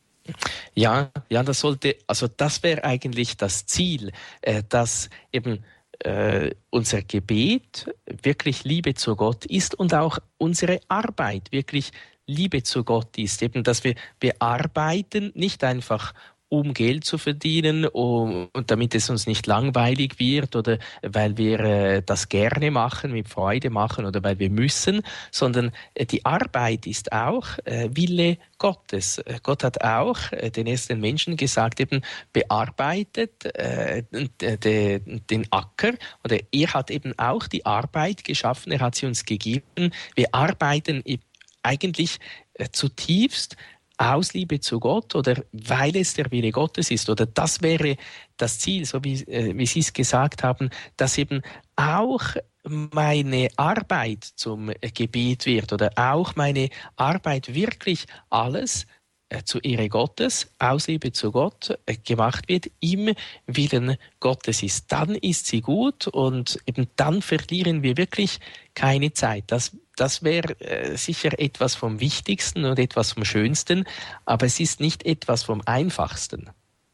Ja, ja, das sollte, also das wäre eigentlich das Ziel, äh, dass eben äh, unser Gebet wirklich Liebe zu Gott ist und auch unsere Arbeit wirklich Liebe zu Gott ist. Eben, dass wir, wir arbeiten nicht einfach um Geld zu verdienen um, und damit es uns nicht langweilig wird oder weil wir äh, das gerne machen, mit Freude machen oder weil wir müssen, sondern äh, die Arbeit ist auch äh, Wille Gottes. Äh, Gott hat auch äh, den ersten Menschen gesagt, eben bearbeitet äh, de, den Acker, oder er hat eben auch die Arbeit geschaffen, er hat sie uns gegeben. Wir arbeiten eigentlich äh, zutiefst aus Liebe zu Gott oder weil es der Wille Gottes ist, oder das wäre das Ziel, so wie, äh, wie Sie es gesagt haben, dass eben auch meine Arbeit zum äh, Gebet wird oder auch meine Arbeit wirklich alles äh, zur Ehre Gottes, aus Liebe zu Gott äh, gemacht wird, im Willen Gottes ist. Dann ist sie gut und eben dann verlieren wir wirklich keine Zeit. Das Das wäre äh, sicher etwas vom Wichtigsten und etwas vom Schönsten, aber es ist nicht etwas vom Einfachsten.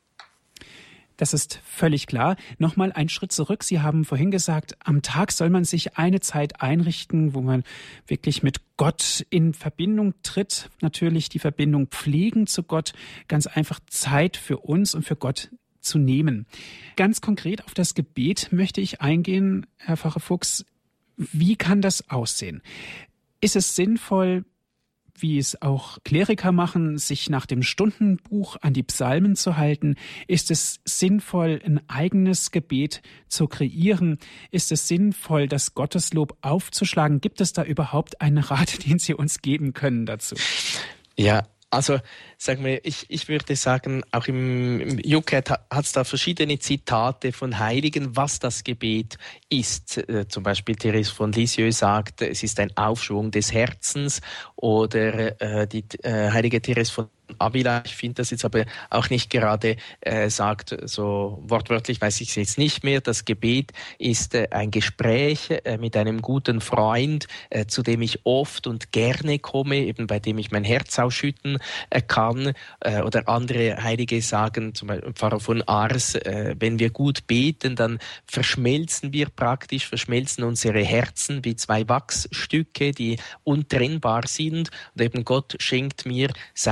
Das ist völlig klar. Nochmal einen Schritt zurück. Sie haben vorhin gesagt, am Tag soll man sich eine Zeit einrichten, wo man wirklich mit Gott in Verbindung tritt. Natürlich die Verbindung pflegen zu Gott. Ganz einfach Zeit für uns und für Gott zu nehmen. Ganz konkret auf das Gebet möchte ich eingehen, Herr Pfarrer Fuchs. Wie kann das aussehen? Ist es sinnvoll, wie es auch Kleriker machen, sich nach dem Stundenbuch an die Psalmen zu halten? Ist es sinnvoll, ein eigenes Gebet zu kreieren? Ist es sinnvoll, das Gotteslob aufzuschlagen? Gibt es da überhaupt einen Rat, den Sie uns geben können dazu? Ja, also sagen wir, ich, ich würde sagen, auch im, im Junkert hat es da verschiedene Zitate von Heiligen, was das Gebet ist. Äh, zum Beispiel Therese von Lisieux sagt, es ist ein Aufschwung des Herzens, oder äh, die äh, heilige Therese von Avila, ich finde das jetzt aber auch nicht gerade, äh, sagt so wortwörtlich, weiß ich es jetzt nicht mehr, das Gebet ist äh, ein Gespräch äh, mit einem guten Freund, äh, zu dem ich oft und gerne komme, eben bei dem ich mein Herz ausschütten äh, kann. Äh, oder andere Heilige sagen, zum Beispiel Pfarrer von Ars, äh, wenn wir gut beten, dann verschmelzen wir praktisch, verschmelzen unsere Herzen wie zwei Wachsstücke, die untrennbar sind. Und eben Gott schenkt mir sein Herz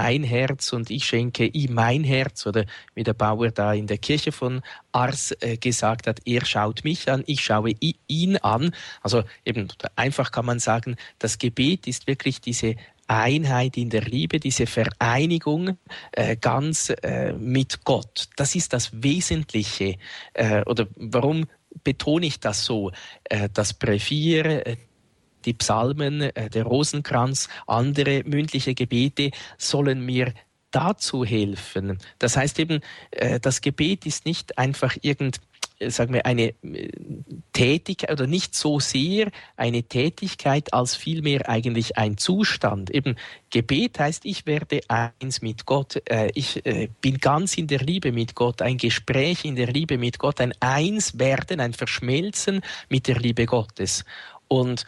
Herz und ich schenke ihm mein Herz. Oder wie der Bauer da in der Kirche von Ars äh, gesagt hat, er schaut mich an, ich schaue ihn an. Also eben einfach kann man sagen, das Gebet ist wirklich diese Einheit in der Liebe, diese Vereinigung äh, ganz äh, mit Gott. Das ist das Wesentliche. Äh, oder warum betone ich das so? Äh, das Brevier, äh, die Psalmen, äh, der Rosenkranz, andere mündliche Gebete sollen mir dazu helfen. Das heißt eben, äh, das Gebet ist nicht einfach irgend sagen wir, eine Tätigkeit oder nicht so sehr eine Tätigkeit als vielmehr eigentlich ein Zustand. Eben Gebet heißt, ich werde eins mit Gott, äh, ich äh, bin ganz in der Liebe mit Gott, ein Gespräch in der Liebe mit Gott, ein Einswerden, ein Verschmelzen mit der Liebe Gottes. Und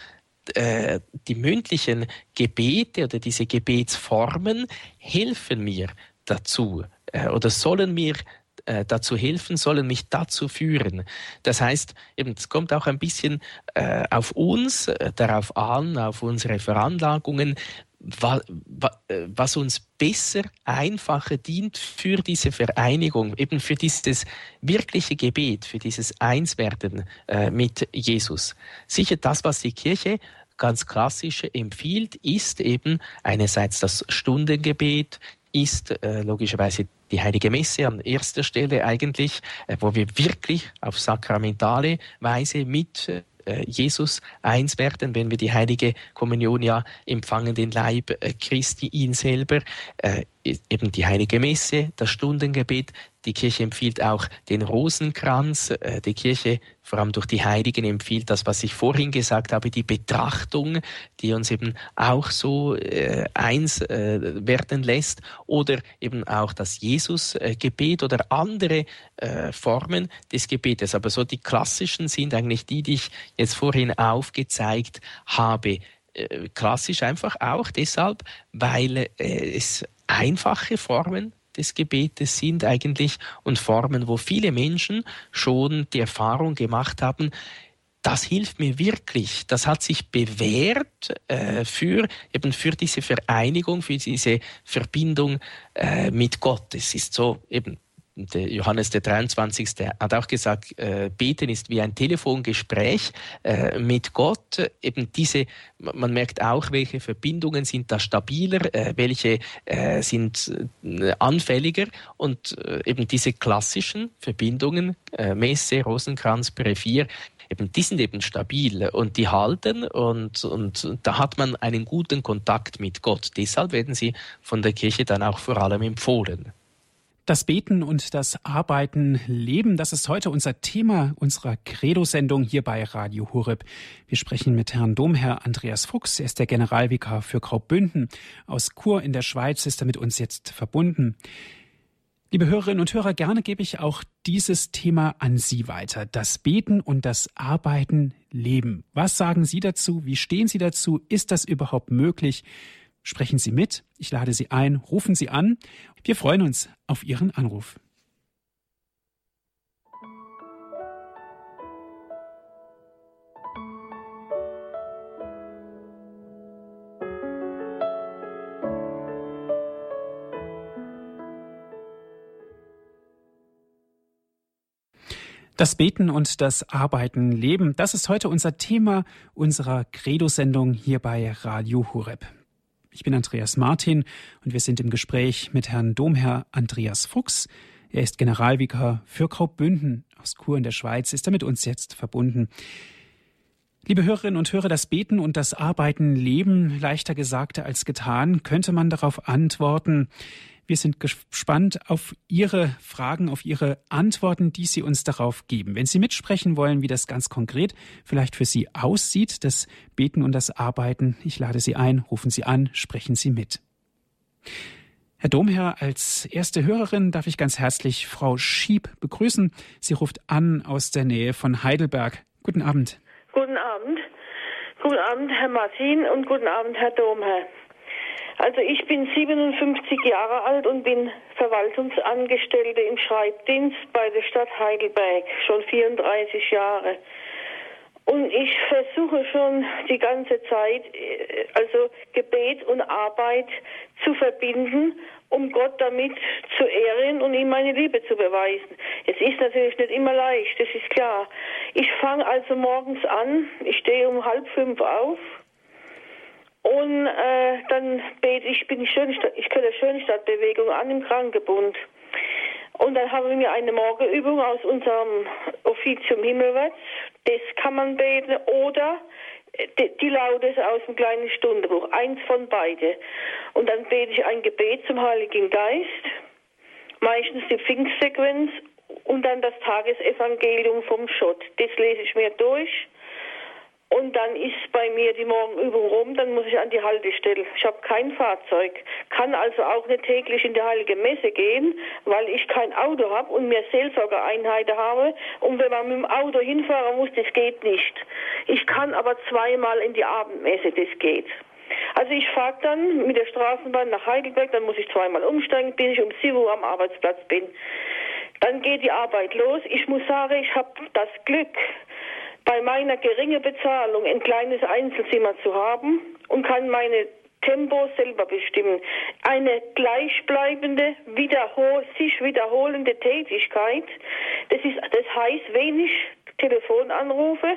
äh, die mündlichen Gebete oder diese Gebetsformen helfen mir dazu äh, oder sollen mir dazu helfen, sollen mich dazu führen. Das heißt, eben, es kommt auch ein bisschen äh, auf uns, äh, darauf an, auf unsere Veranlagungen, wa, wa, was uns besser, einfacher dient für diese Vereinigung, eben für dieses wirkliche Gebet, für dieses Einswerden äh, mit Jesus. Sicher das, was die Kirche ganz klassisch empfiehlt, ist eben einerseits das Stundengebet, ist äh, logischerweise die Heilige Messe an erster Stelle eigentlich, äh, wo wir wirklich auf sakramentale Weise mit äh, Jesus eins werden, wenn wir die Heilige Kommunion ja empfangen, den Leib äh, Christi, ihn selber, äh, eben die Heilige Messe, das Stundengebet. Die Kirche empfiehlt auch den Rosenkranz. Äh, die Kirche, vor allem durch die Heiligen, empfiehlt das, was ich vorhin gesagt habe, die Betrachtung, die uns eben auch so äh, eins äh, werden lässt. Oder eben auch das Jesus-Gebet oder andere äh, Formen des Gebetes. Aber so die klassischen sind eigentlich die, die ich jetzt vorhin aufgezeigt habe. Äh, klassisch einfach auch deshalb, weil äh, es einfache Formen des Gebetes sind eigentlich und Formen, wo viele Menschen schon die Erfahrung gemacht haben, das hilft mir wirklich. Das hat sich bewährt äh, für eben für diese Vereinigung, für diese Verbindung äh, mit Gott. Es ist so eben. Der Johannes der dreiundzwanzigste hat auch gesagt, äh, Beten ist wie ein Telefongespräch äh, mit Gott. Eben diese, man merkt auch, welche Verbindungen sind da stabiler, äh, welche äh, sind äh, anfälliger. Und äh, eben diese klassischen Verbindungen, äh, Messe, Rosenkranz, Brevier, eben, die sind eben stabil und die halten und, und da hat man einen guten Kontakt mit Gott. Deshalb werden sie von der Kirche dann auch vor allem empfohlen. Das Beten und das Arbeiten, Leben, das ist heute unser Thema unserer Credo-Sendung hier bei Radio Horeb. Wir sprechen mit Herrn Domherr Andreas Fuchs. Er ist der Generalvikar für Graubünden. Aus Chur in der Schweiz ist er mit uns jetzt verbunden. Liebe Hörerinnen und Hörer, gerne gebe ich auch dieses Thema an Sie weiter. Das Beten und das Arbeiten, Leben. Was sagen Sie dazu? Wie stehen Sie dazu? Ist das überhaupt möglich? Sprechen Sie mit, ich lade Sie ein, rufen Sie an. Wir freuen uns auf Ihren Anruf. Das Beten und das Arbeiten, Leben, das ist heute unser Thema unserer Credo-Sendung hier bei Radio Horeb. Ich bin Andreas Martin und wir sind im Gespräch mit Herrn Domherr Andreas Fuchs. Er ist Generalvikar für Graubünden aus Chur in der Schweiz, ist er mit uns jetzt verbunden. Liebe Hörerinnen und Hörer, das Beten und das Arbeiten, Leben, leichter gesagt als getan, könnte man darauf antworten. Wir sind gespannt auf Ihre Fragen, auf Ihre Antworten, die Sie uns darauf geben. Wenn Sie mitsprechen wollen, wie das ganz konkret vielleicht für Sie aussieht, das Beten und das Arbeiten, ich lade Sie ein, rufen Sie an, sprechen Sie mit. Herr Domherr, als erste Hörerin darf ich ganz herzlich Frau Schieb begrüßen. Sie ruft an aus der Nähe von Heidelberg. Guten Abend. Guten Abend. Guten Abend, Herr Martin, und guten Abend, Herr Domherr. Also ich bin siebenundfünfzig Jahre alt und bin Verwaltungsangestellte im Schreibdienst bei der Stadt Heidelberg, schon vierunddreißig Jahre. Und ich versuche schon die ganze Zeit, also Gebet und Arbeit zu verbinden, um Gott damit zu ehren und ihm meine Liebe zu beweisen. Es ist natürlich nicht immer leicht, das ist klar. Ich fange also morgens an, ich stehe um halb fünf auf und äh, dann bete ich, bin ich, Schönstadt, ich höre Schönstadtbewegung an im Krankenbund. Und dann haben wir eine Morgenübung aus unserem Offizium Himmelwärts. Das kann man beten. Oder die, die Laudes aus dem kleinen Stundenbuch. Eins von beide. Und dann bete ich ein Gebet zum Heiligen Geist. Meistens die Pfingstsequenz. Und dann das Tagesevangelium vom Schott. Das lese ich mir durch. Und dann ist bei mir die Morgenübung rum, dann muss ich an die Haltestelle. Ich habe kein Fahrzeug, kann also auch nicht täglich in die Heilige Messe gehen, weil ich kein Auto habe und mir Seelsorgereinheiten habe. Und wenn man mit dem Auto hinfahren muss, das geht nicht. Ich kann aber zweimal in die Abendmesse, das geht. Also ich fahre dann mit der Straßenbahn nach Heidelberg, dann muss ich zweimal umsteigen, bis ich um sieben Uhr am Arbeitsplatz bin. Dann geht die Arbeit los. Ich muss sagen, ich habe das Glück, bei meiner geringen Bezahlung ein kleines Einzelzimmer zu haben und kann meine Tempo selber bestimmen. Eine gleichbleibende, wiederhol- sich wiederholende Tätigkeit. Das ist, das heißt wenig Telefonanrufe,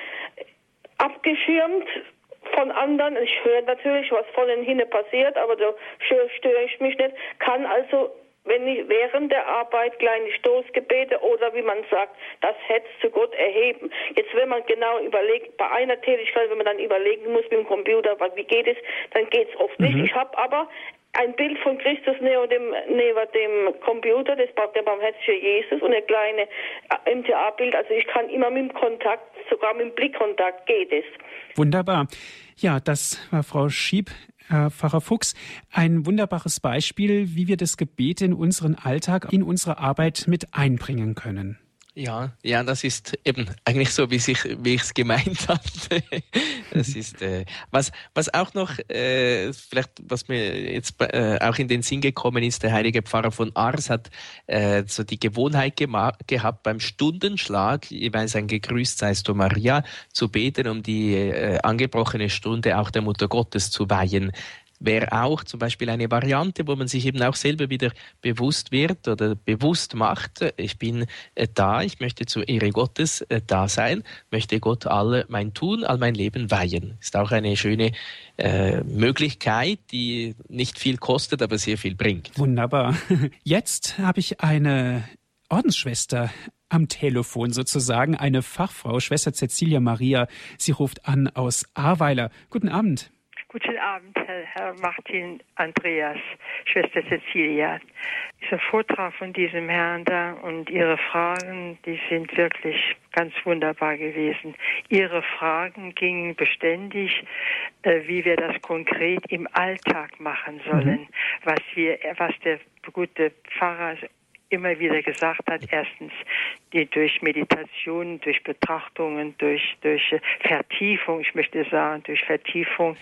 abgeschirmt von anderen. Ich höre natürlich, was von den hinten passiert, aber da störe ich mich nicht. Kann also, wenn ich während der Arbeit kleine Stoßgebete oder wie man sagt, das Herz zu Gott erheben. Jetzt, wenn man genau überlegt, bei einer Tätigkeit, wenn man dann überlegen muss mit dem Computer, wie geht es, dann geht es oft nicht. Mhm. Ich habe aber ein Bild von Christus neben dem, neben dem Computer, das braucht der barmherzige Jesus, und ein kleines M T A-Bild. Also ich kann immer mit dem Kontakt, sogar mit dem Blickkontakt geht es. Wunderbar. Ja, das war Frau Schieb. Herr Pfarrer Fuchs, ein wunderbares Beispiel, wie wir das Gebet in unseren Alltag, in unsere Arbeit mit einbringen können. Ja, ja, das ist eben eigentlich so, wie ich wie ich es gemeint hatte. Das ist äh, was was auch noch äh, vielleicht was mir jetzt äh, auch in den Sinn gekommen ist. Der heilige Pfarrer von Ars hat äh, so die Gewohnheit gema- gehabt, beim Stundenschlag jeweils ein Gegrüßt seist du Maria zu beten, um die äh, angebrochene Stunde auch der Mutter Gottes zu weihen. Wäre auch zum Beispiel eine Variante, wo man sich eben auch selber wieder bewusst wird oder bewusst macht, ich bin äh, da, ich möchte zur Ehre Gottes äh, da sein, möchte Gott all mein Tun, all mein Leben weihen. Ist auch eine schöne äh, Möglichkeit, die nicht viel kostet, aber sehr viel bringt. Wunderbar. Jetzt habe ich eine Ordensschwester am Telefon sozusagen, eine Fachfrau, Schwester Cäcilia Maria. Sie ruft an aus Ahrweiler. Guten Abend. Guten Abend, Herr, Herr Martin Andreas, Schwester Cäcilia. Dieser Vortrag von diesem Herrn da und Ihre Fragen, die sind wirklich ganz wunderbar gewesen. Ihre Fragen gingen beständig, äh, wie wir das konkret im Alltag machen sollen, mhm. was wir, was der gute Pfarrer immer wieder gesagt hat, erstens die durch Meditation, durch Betrachtungen, durch durch Vertiefung, ich möchte sagen, durch Vertiefung,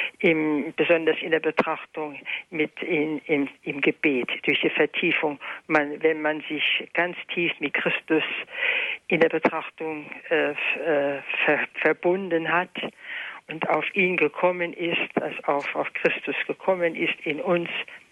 im, besonders in der Betrachtung mit in, im, im Gebet, durch die Vertiefung, man, wenn man sich ganz tief mit Christus in der Betrachtung äh, äh, ver, verbunden hat und auf ihn gekommen ist, also auf, auf Christus gekommen ist in uns,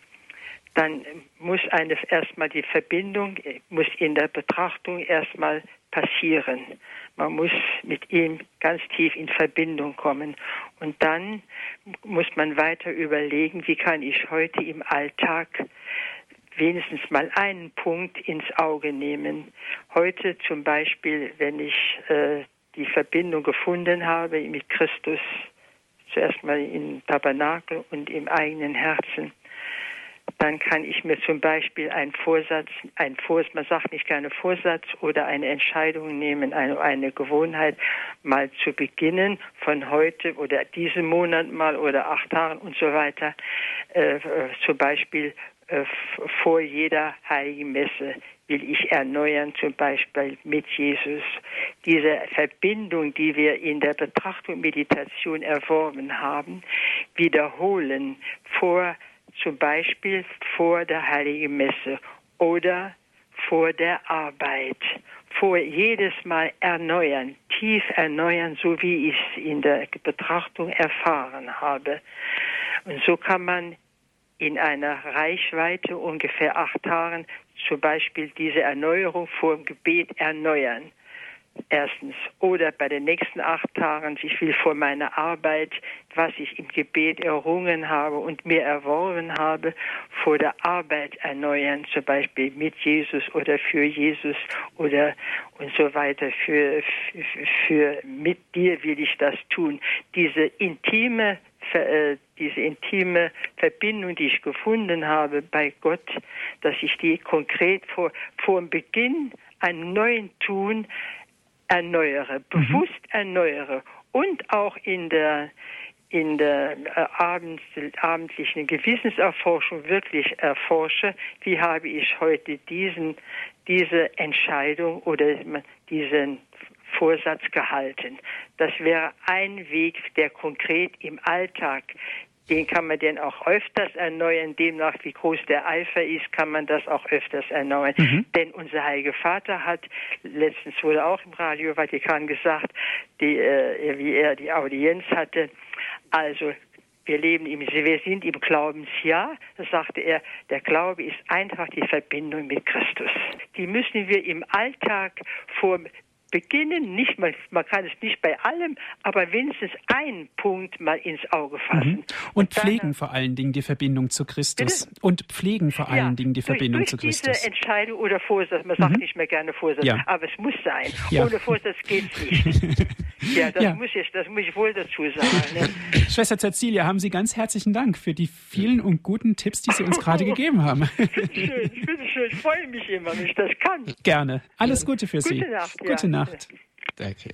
dann muss eine erstmal die Verbindung, muss in der Betrachtung erstmal passieren. Man muss mit ihm ganz tief in Verbindung kommen. Und dann muss man weiter überlegen, wie kann ich heute im Alltag wenigstens mal einen Punkt ins Auge nehmen. Heute zum Beispiel, wenn ich äh, die Verbindung gefunden habe mit Christus, zuerst mal im Tabernakel und im eigenen Herzen, dann kann ich mir zum Beispiel einen Vorsatz, ein Vorsatz, man sagt nicht gerne Vorsatz oder eine Entscheidung nehmen, eine, eine Gewohnheit mal zu beginnen, von heute oder diesem Monat mal oder acht Tagen und so weiter, äh, zum Beispiel äh, vor jeder heiligen Messe will ich erneuern, zum Beispiel mit Jesus. Diese Verbindung, die wir in der Betrachtung und Meditation erworben haben, wiederholen vor zum Beispiel vor der Heiligen Messe oder vor der Arbeit, vor jedes Mal erneuern, tief erneuern, so wie ich es in der Betrachtung erfahren habe. Und so kann man in einer Reichweite ungefähr acht Tagen zum Beispiel diese Erneuerung vor dem Gebet erneuern. Erstens. Oder bei den nächsten acht Tagen, ich will vor meiner Arbeit, was ich im Gebet errungen habe und mir erworben habe, vor der Arbeit erneuern, zum Beispiel mit Jesus oder für Jesus oder und so weiter. Für, für, für mit dir will ich das tun. Diese intime diese intime Verbindung, die ich gefunden habe bei Gott, dass ich die konkret vor, vor dem Beginn einem neuen Tun erneuere, mhm. bewusst erneuere und auch in der in der äh, abends, abendlichen Gewissenserforschung wirklich erforsche, wie habe ich heute diesen diese Entscheidung oder diesen Vorsatz gehalten. Das wäre ein Weg, der konkret im Alltag, den kann man denn auch öfters erneuern, demnach wie groß der Eifer ist, kann man das auch öfters erneuern. Mhm. Denn unser Heiliger Vater hat, letztens wurde auch im Radio Vatikan gesagt, die, äh, wie er die Audienz hatte, also wir leben im, wir sind im Glaubensjahr, da sagte er, der Glaube ist einfach die Verbindung mit Christus. Die müssen wir im Alltag vor beginnen, nicht mal, man kann es nicht bei allem, aber wenigstens einen Punkt mal ins Auge fassen. Mhm. Und, und pflegen dann, vor allen Dingen die Verbindung zu Christus. Bitte? Und pflegen vor allen ja, Dingen die durch, Verbindung durch zu Christus. Diese Entscheidung oder Vorsatz, man sagt mhm. nicht mehr gerne Vorsatz, ja. aber es muss sein. Ja. Ohne Vorsatz geht es nicht. ja, das, ja. Muss ich, das muss ich wohl dazu sagen. Ne? Schwester Cäcilia, haben Sie ganz herzlichen Dank für die vielen und guten Tipps, die Sie uns gerade gegeben haben. Bitte schön, bitte schön. Ich freue mich immer, wenn ich das kann. Gerne. Alles Gute für Sie. Gute Nacht. Gute ja. Nacht. Danke.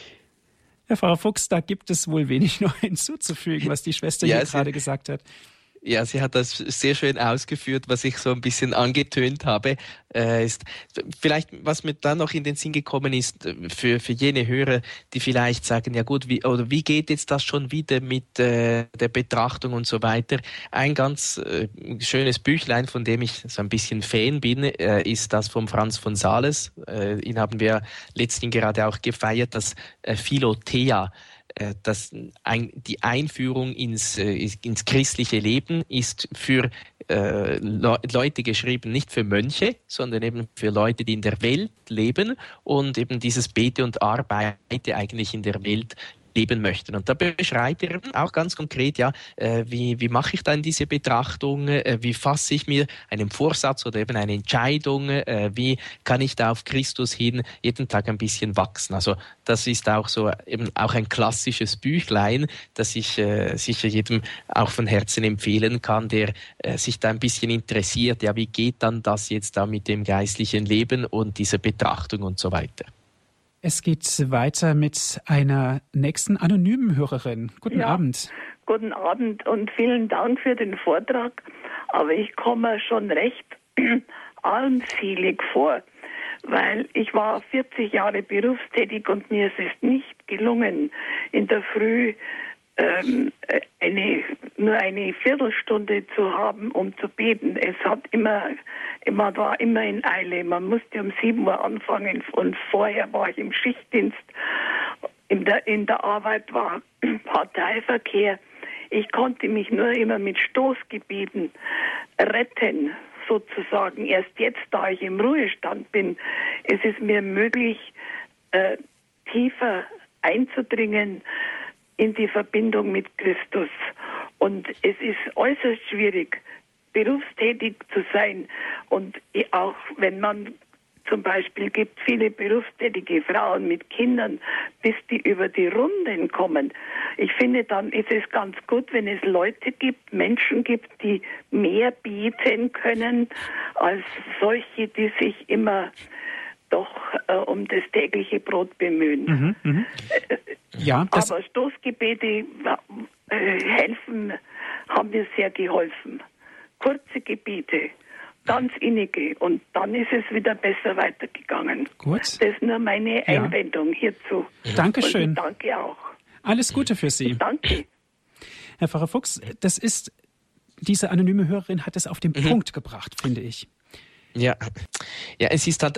Herr Pfarrer Fuchs, da gibt es wohl wenig noch hinzuzufügen, was die Schwester ja, hier gerade gesagt hat. Ja, sie hat das sehr schön ausgeführt, was ich so ein bisschen angetönt habe. Äh, ist vielleicht, was mir dann noch in den Sinn gekommen ist, für, für jene Hörer, die vielleicht sagen, ja gut, wie, oder wie geht jetzt das schon wieder mit äh, der Betrachtung und so weiter? Ein ganz äh, schönes Büchlein, von dem ich so ein bisschen Fan bin, äh, ist das von Franz von Sales. Äh, ihn haben wir letztens gerade auch gefeiert, das äh, Philothea. Das ein, die Einführung ins, ins christliche Leben ist für äh, Leute geschrieben, nicht für Mönche, sondern eben für Leute, die in der Welt leben und eben dieses Bete und Arbeite eigentlich in der Welt leben möchten. Und da beschreibt er auch ganz konkret, ja, äh, wie, wie mache ich dann diese Betrachtung, äh, wie fasse ich mir einen Vorsatz oder eben eine Entscheidung, äh, wie kann ich da auf Christus hin jeden Tag ein bisschen wachsen. Also das ist auch so eben auch ein klassisches Büchlein, das ich äh, sicher jedem auch von Herzen empfehlen kann, der äh, sich da ein bisschen interessiert, ja, wie geht dann das jetzt da mit dem geistlichen Leben und dieser Betrachtung und so weiter. Es geht weiter mit einer nächsten anonymen Hörerin. Guten ja, Abend. Guten Abend und vielen Dank für den Vortrag. Aber ich komme schon recht armselig vor, weil ich war vierzig Jahre berufstätig und mir ist es nicht gelungen, in der Früh ähm, eine, nur eine Viertelstunde zu haben, um zu beten. Es hat immer, man war immer in Eile. Man musste um sieben Uhr anfangen und vorher war ich im Schichtdienst. In der, in der Arbeit war Parteiverkehr. Ich konnte mich nur immer mit Stoßgebeten retten, sozusagen. Erst jetzt, da ich im Ruhestand bin, ist es mir möglich, äh, tiefer einzudringen in die Verbindung mit Christus. Und es ist äußerst schwierig, berufstätig zu sein. Und auch wenn man zum Beispiel gibt viele berufstätige Frauen mit Kindern, bis die über die Runden kommen. Ich finde, dann ist es ganz gut, wenn es Leute gibt, Menschen gibt, die mehr bieten können, als solche, die sich immer doch äh, um das tägliche Brot bemühen. Mhm, mh. äh, ja, aber Stoßgebete äh, helfen, haben mir sehr geholfen. Kurze Gebete, ganz innige, und dann ist es wieder besser weitergegangen. Gut. Das ist nur meine ja. Einwendung hierzu. Dankeschön. Und danke auch. Alles Gute für Sie. Danke. Herr Pfarrer Fuchs, das ist, diese anonyme Hörerin hat es auf den mhm. Punkt gebracht, finde ich. Ja, ja, es ist halt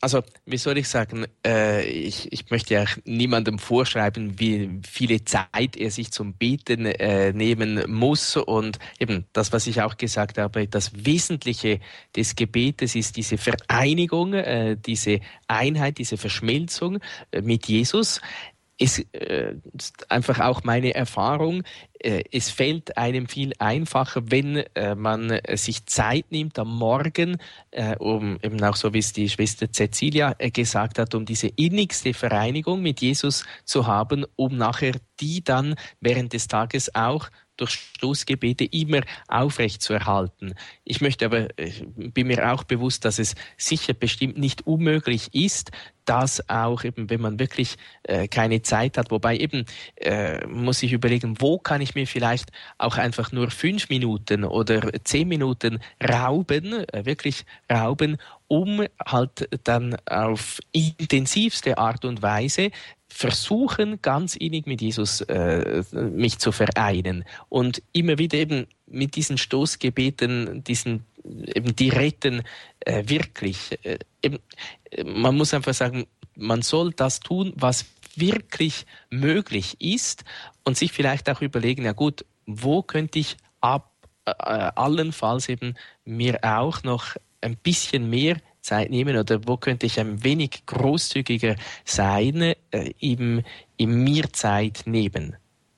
Also, wie soll ich sagen, äh, ich, ich möchte ja niemandem vorschreiben, wie viele Zeit er sich zum Beten äh, nehmen muss. Und eben das, was ich auch gesagt habe, das Wesentliche des Gebetes ist diese Vereinigung, äh, diese Einheit, diese Verschmelzung äh, mit Jesus. Es äh, ist einfach auch meine Erfahrung, äh, es fällt einem viel einfacher, wenn äh, man äh, sich Zeit nimmt am Morgen, äh, um eben auch so wie es die Schwester Cecilia äh, gesagt hat, um diese innigste Vereinigung mit Jesus zu haben, um nachher die dann während des Tages auch durch Stoßgebete immer aufrecht zu erhalten. Ich möchte aber, ich bin mir auch bewusst, dass es sicher bestimmt nicht unmöglich ist, dass auch eben, wenn man wirklich äh, keine Zeit hat, wobei eben äh, muss ich überlegen, wo kann ich mir vielleicht auch einfach nur fünf Minuten oder zehn Minuten rauben, äh, wirklich rauben, um halt dann auf intensivste Art und Weise versuchen, ganz innig mit Jesus äh, mich zu vereinen und immer wieder eben mit diesen Stoßgebeten, diesen eben die retten äh, wirklich. Äh, eben, man muss einfach sagen, man soll das tun, was wirklich möglich ist und sich vielleicht auch überlegen, ja gut, wo könnte ich ab äh, allenfalls eben mir auch noch ein bisschen mehr Zeit nehmen oder wo könnte ich ein wenig großzügiger sein, äh, im, im mir Zeit nehmen.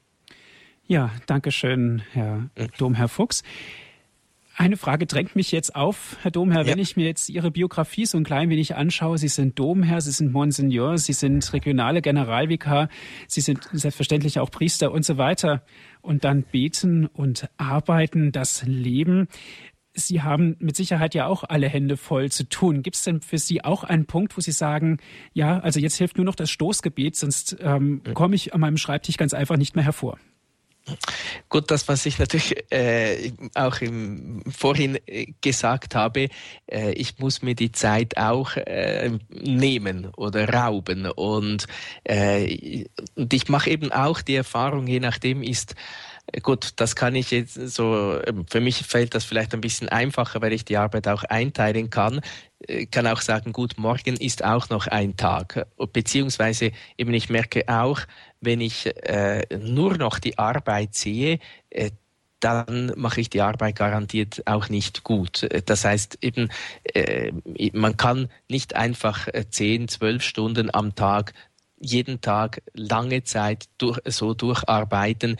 Ja, danke schön, Herr mhm. Domherr Fuchs. Eine Frage drängt mich jetzt auf, Herr Domherr, ja. Wenn ich mir jetzt Ihre Biografie so ein klein wenig anschaue. Sie sind Domherr, Sie sind Monsignor, Sie sind regionale Generalvikar, Sie sind selbstverständlich auch Priester und so weiter. Und dann beten und arbeiten, das Leben. Sie haben mit Sicherheit ja auch alle Hände voll zu tun. Gibt es denn für Sie auch einen Punkt, wo Sie sagen, ja, also jetzt hilft nur noch das Stoßgebet, sonst ähm, komme ich an meinem Schreibtisch ganz einfach nicht mehr hervor? Gut, das, was ich natürlich äh, auch im vorhin äh, gesagt habe, äh, ich muss mir die Zeit auch äh, nehmen oder rauben. Und, äh, und ich mache eben auch die Erfahrung, je nachdem ist, gut, das kann ich jetzt so, für mich fällt das vielleicht ein bisschen einfacher, weil ich die Arbeit auch einteilen kann. Ich kann auch sagen, gut, morgen ist auch noch ein Tag. Beziehungsweise eben ich merke auch, wenn ich äh, nur noch die Arbeit sehe, äh, dann mache ich die Arbeit garantiert auch nicht gut. Das heißt eben, äh, man kann nicht einfach zehn, zwölf Stunden am Tag jeden Tag lange Zeit durch, so durcharbeiten,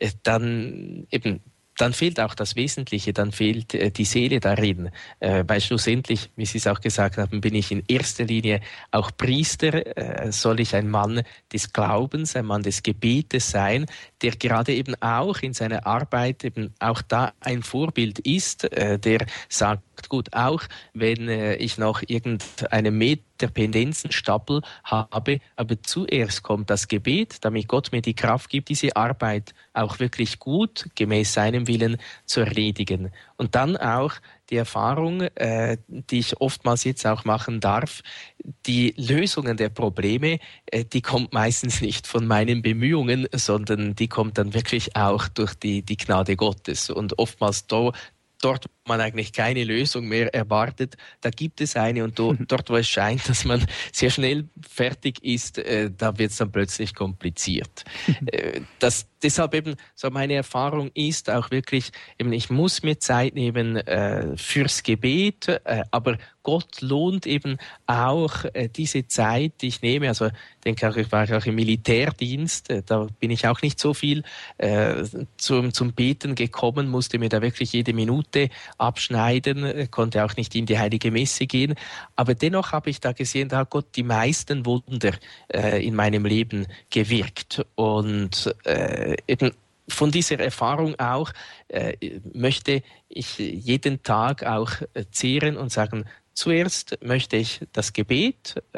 dann eben dann fehlt auch das Wesentliche, dann fehlt äh, die Seele darin. Äh, weil schlussendlich, wie Sie es auch gesagt haben, bin ich in erster Linie auch Priester, äh, soll ich ein Mann des Glaubens, ein Mann des Gebetes sein, der gerade eben auch in seiner Arbeit eben auch da ein Vorbild ist, äh, der sagt, gut, auch wenn äh, ich noch irgendeine Meter Pendenzenstapel habe, aber zuerst kommt das Gebet, damit Gott mir die Kraft gibt, diese Arbeit auch wirklich gut, gemäß seinem Willen zu erledigen. Und dann auch die Erfahrung, äh, die ich oftmals jetzt auch machen darf, die Lösungen der Probleme, äh, die kommt meistens nicht von meinen Bemühungen, sondern die kommt dann wirklich auch durch die, die Gnade Gottes. Und oftmals da, dort, wo man eigentlich keine Lösung mehr erwartet, da gibt es eine und do, dort, wo es scheint, dass man sehr schnell fertig ist, äh, da wird es dann plötzlich kompliziert. äh, das, deshalb eben so meine Erfahrung ist auch wirklich, eben ich muss mir Zeit nehmen äh, fürs Gebet, äh, aber Gott lohnt eben auch äh, diese Zeit, die ich nehme. Also ich denke auch, ich war auch im Militärdienst, äh, da bin ich auch nicht so viel äh, zum, zum Beten gekommen, musste mir da wirklich jede Minute abschneiden, konnte auch nicht in die Heilige Messe gehen. Aber dennoch habe ich da gesehen, da hat Gott die meisten Wunder äh, in meinem Leben gewirkt. Und äh, eben von dieser Erfahrung auch äh, möchte ich jeden Tag auch äh, zehren und sagen, zuerst möchte ich das Gebet äh,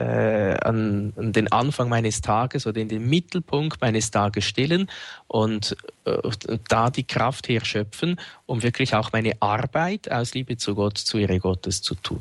an, an den Anfang meines Tages oder in den Mittelpunkt meines Tages stellen und äh, da die Kraft herschöpfen, um wirklich auch meine Arbeit aus Liebe zu Gott, zur Ehre Gottes zu tun.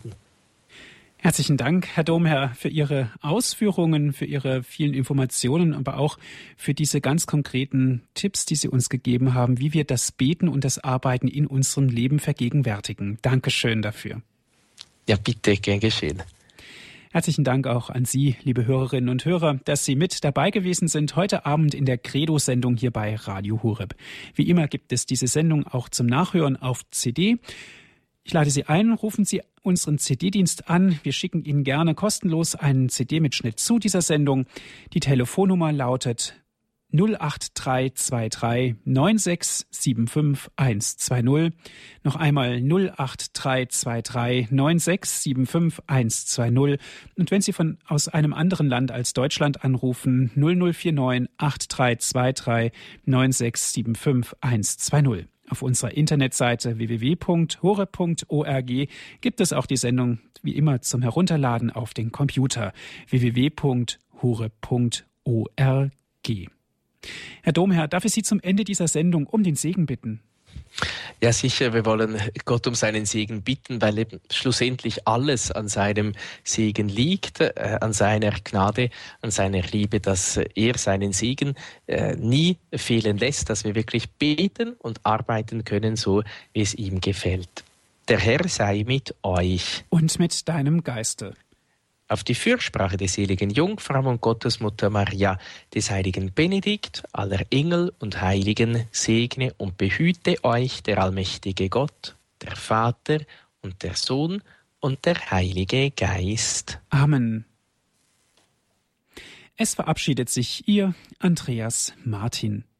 Herzlichen Dank, Herr Domherr, für Ihre Ausführungen, für Ihre vielen Informationen, aber auch für diese ganz konkreten Tipps, die Sie uns gegeben haben, wie wir das Beten und das Arbeiten in unserem Leben vergegenwärtigen. Dankeschön dafür. Ja, bitte, gern geschehen. Herzlichen Dank auch an Sie, liebe Hörerinnen und Hörer, dass Sie mit dabei gewesen sind heute Abend in der Credo-Sendung hier bei Radio Horeb. Wie immer gibt es diese Sendung auch zum Nachhören auf C D. Ich lade Sie ein, rufen Sie unseren C D-Dienst an. Wir schicken Ihnen gerne kostenlos einen C D-Mitschnitt zu dieser Sendung. Die Telefonnummer lautet null acht drei zwei drei neun sechs sieben fünf eins zwei null. Noch einmal null acht drei zwei drei neun sechs sieben fünf eins zwei null. Und wenn Sie von aus einem anderen Land als Deutschland anrufen, null null vier neun acht drei zwei drei neun sechs sieben fünf eins zwei null. Auf unserer Internetseite w w w punkt horeb punkt org gibt es auch die Sendung wie immer zum Herunterladen auf den Computer w w w punkt horeb punkt org. Herr Domherr, darf ich Sie zum Ende dieser Sendung um den Segen bitten? Ja, sicher, wir wollen Gott um seinen Segen bitten, weil eben schlussendlich alles an seinem Segen liegt, äh, an seiner Gnade, an seiner Liebe, dass er seinen Segen äh, nie fehlen lässt, dass wir wirklich beten und arbeiten können, so wie es ihm gefällt. Der Herr sei mit euch. Und mit deinem Geiste. Auf die Fürsprache der seligen Jungfrau und Gottesmutter Maria, des heiligen Benedikt, aller Engel und Heiligen, segne und behüte euch der allmächtige Gott, der Vater und der Sohn und der Heilige Geist. Amen. Es verabschiedet sich Ihr Andreas Martin.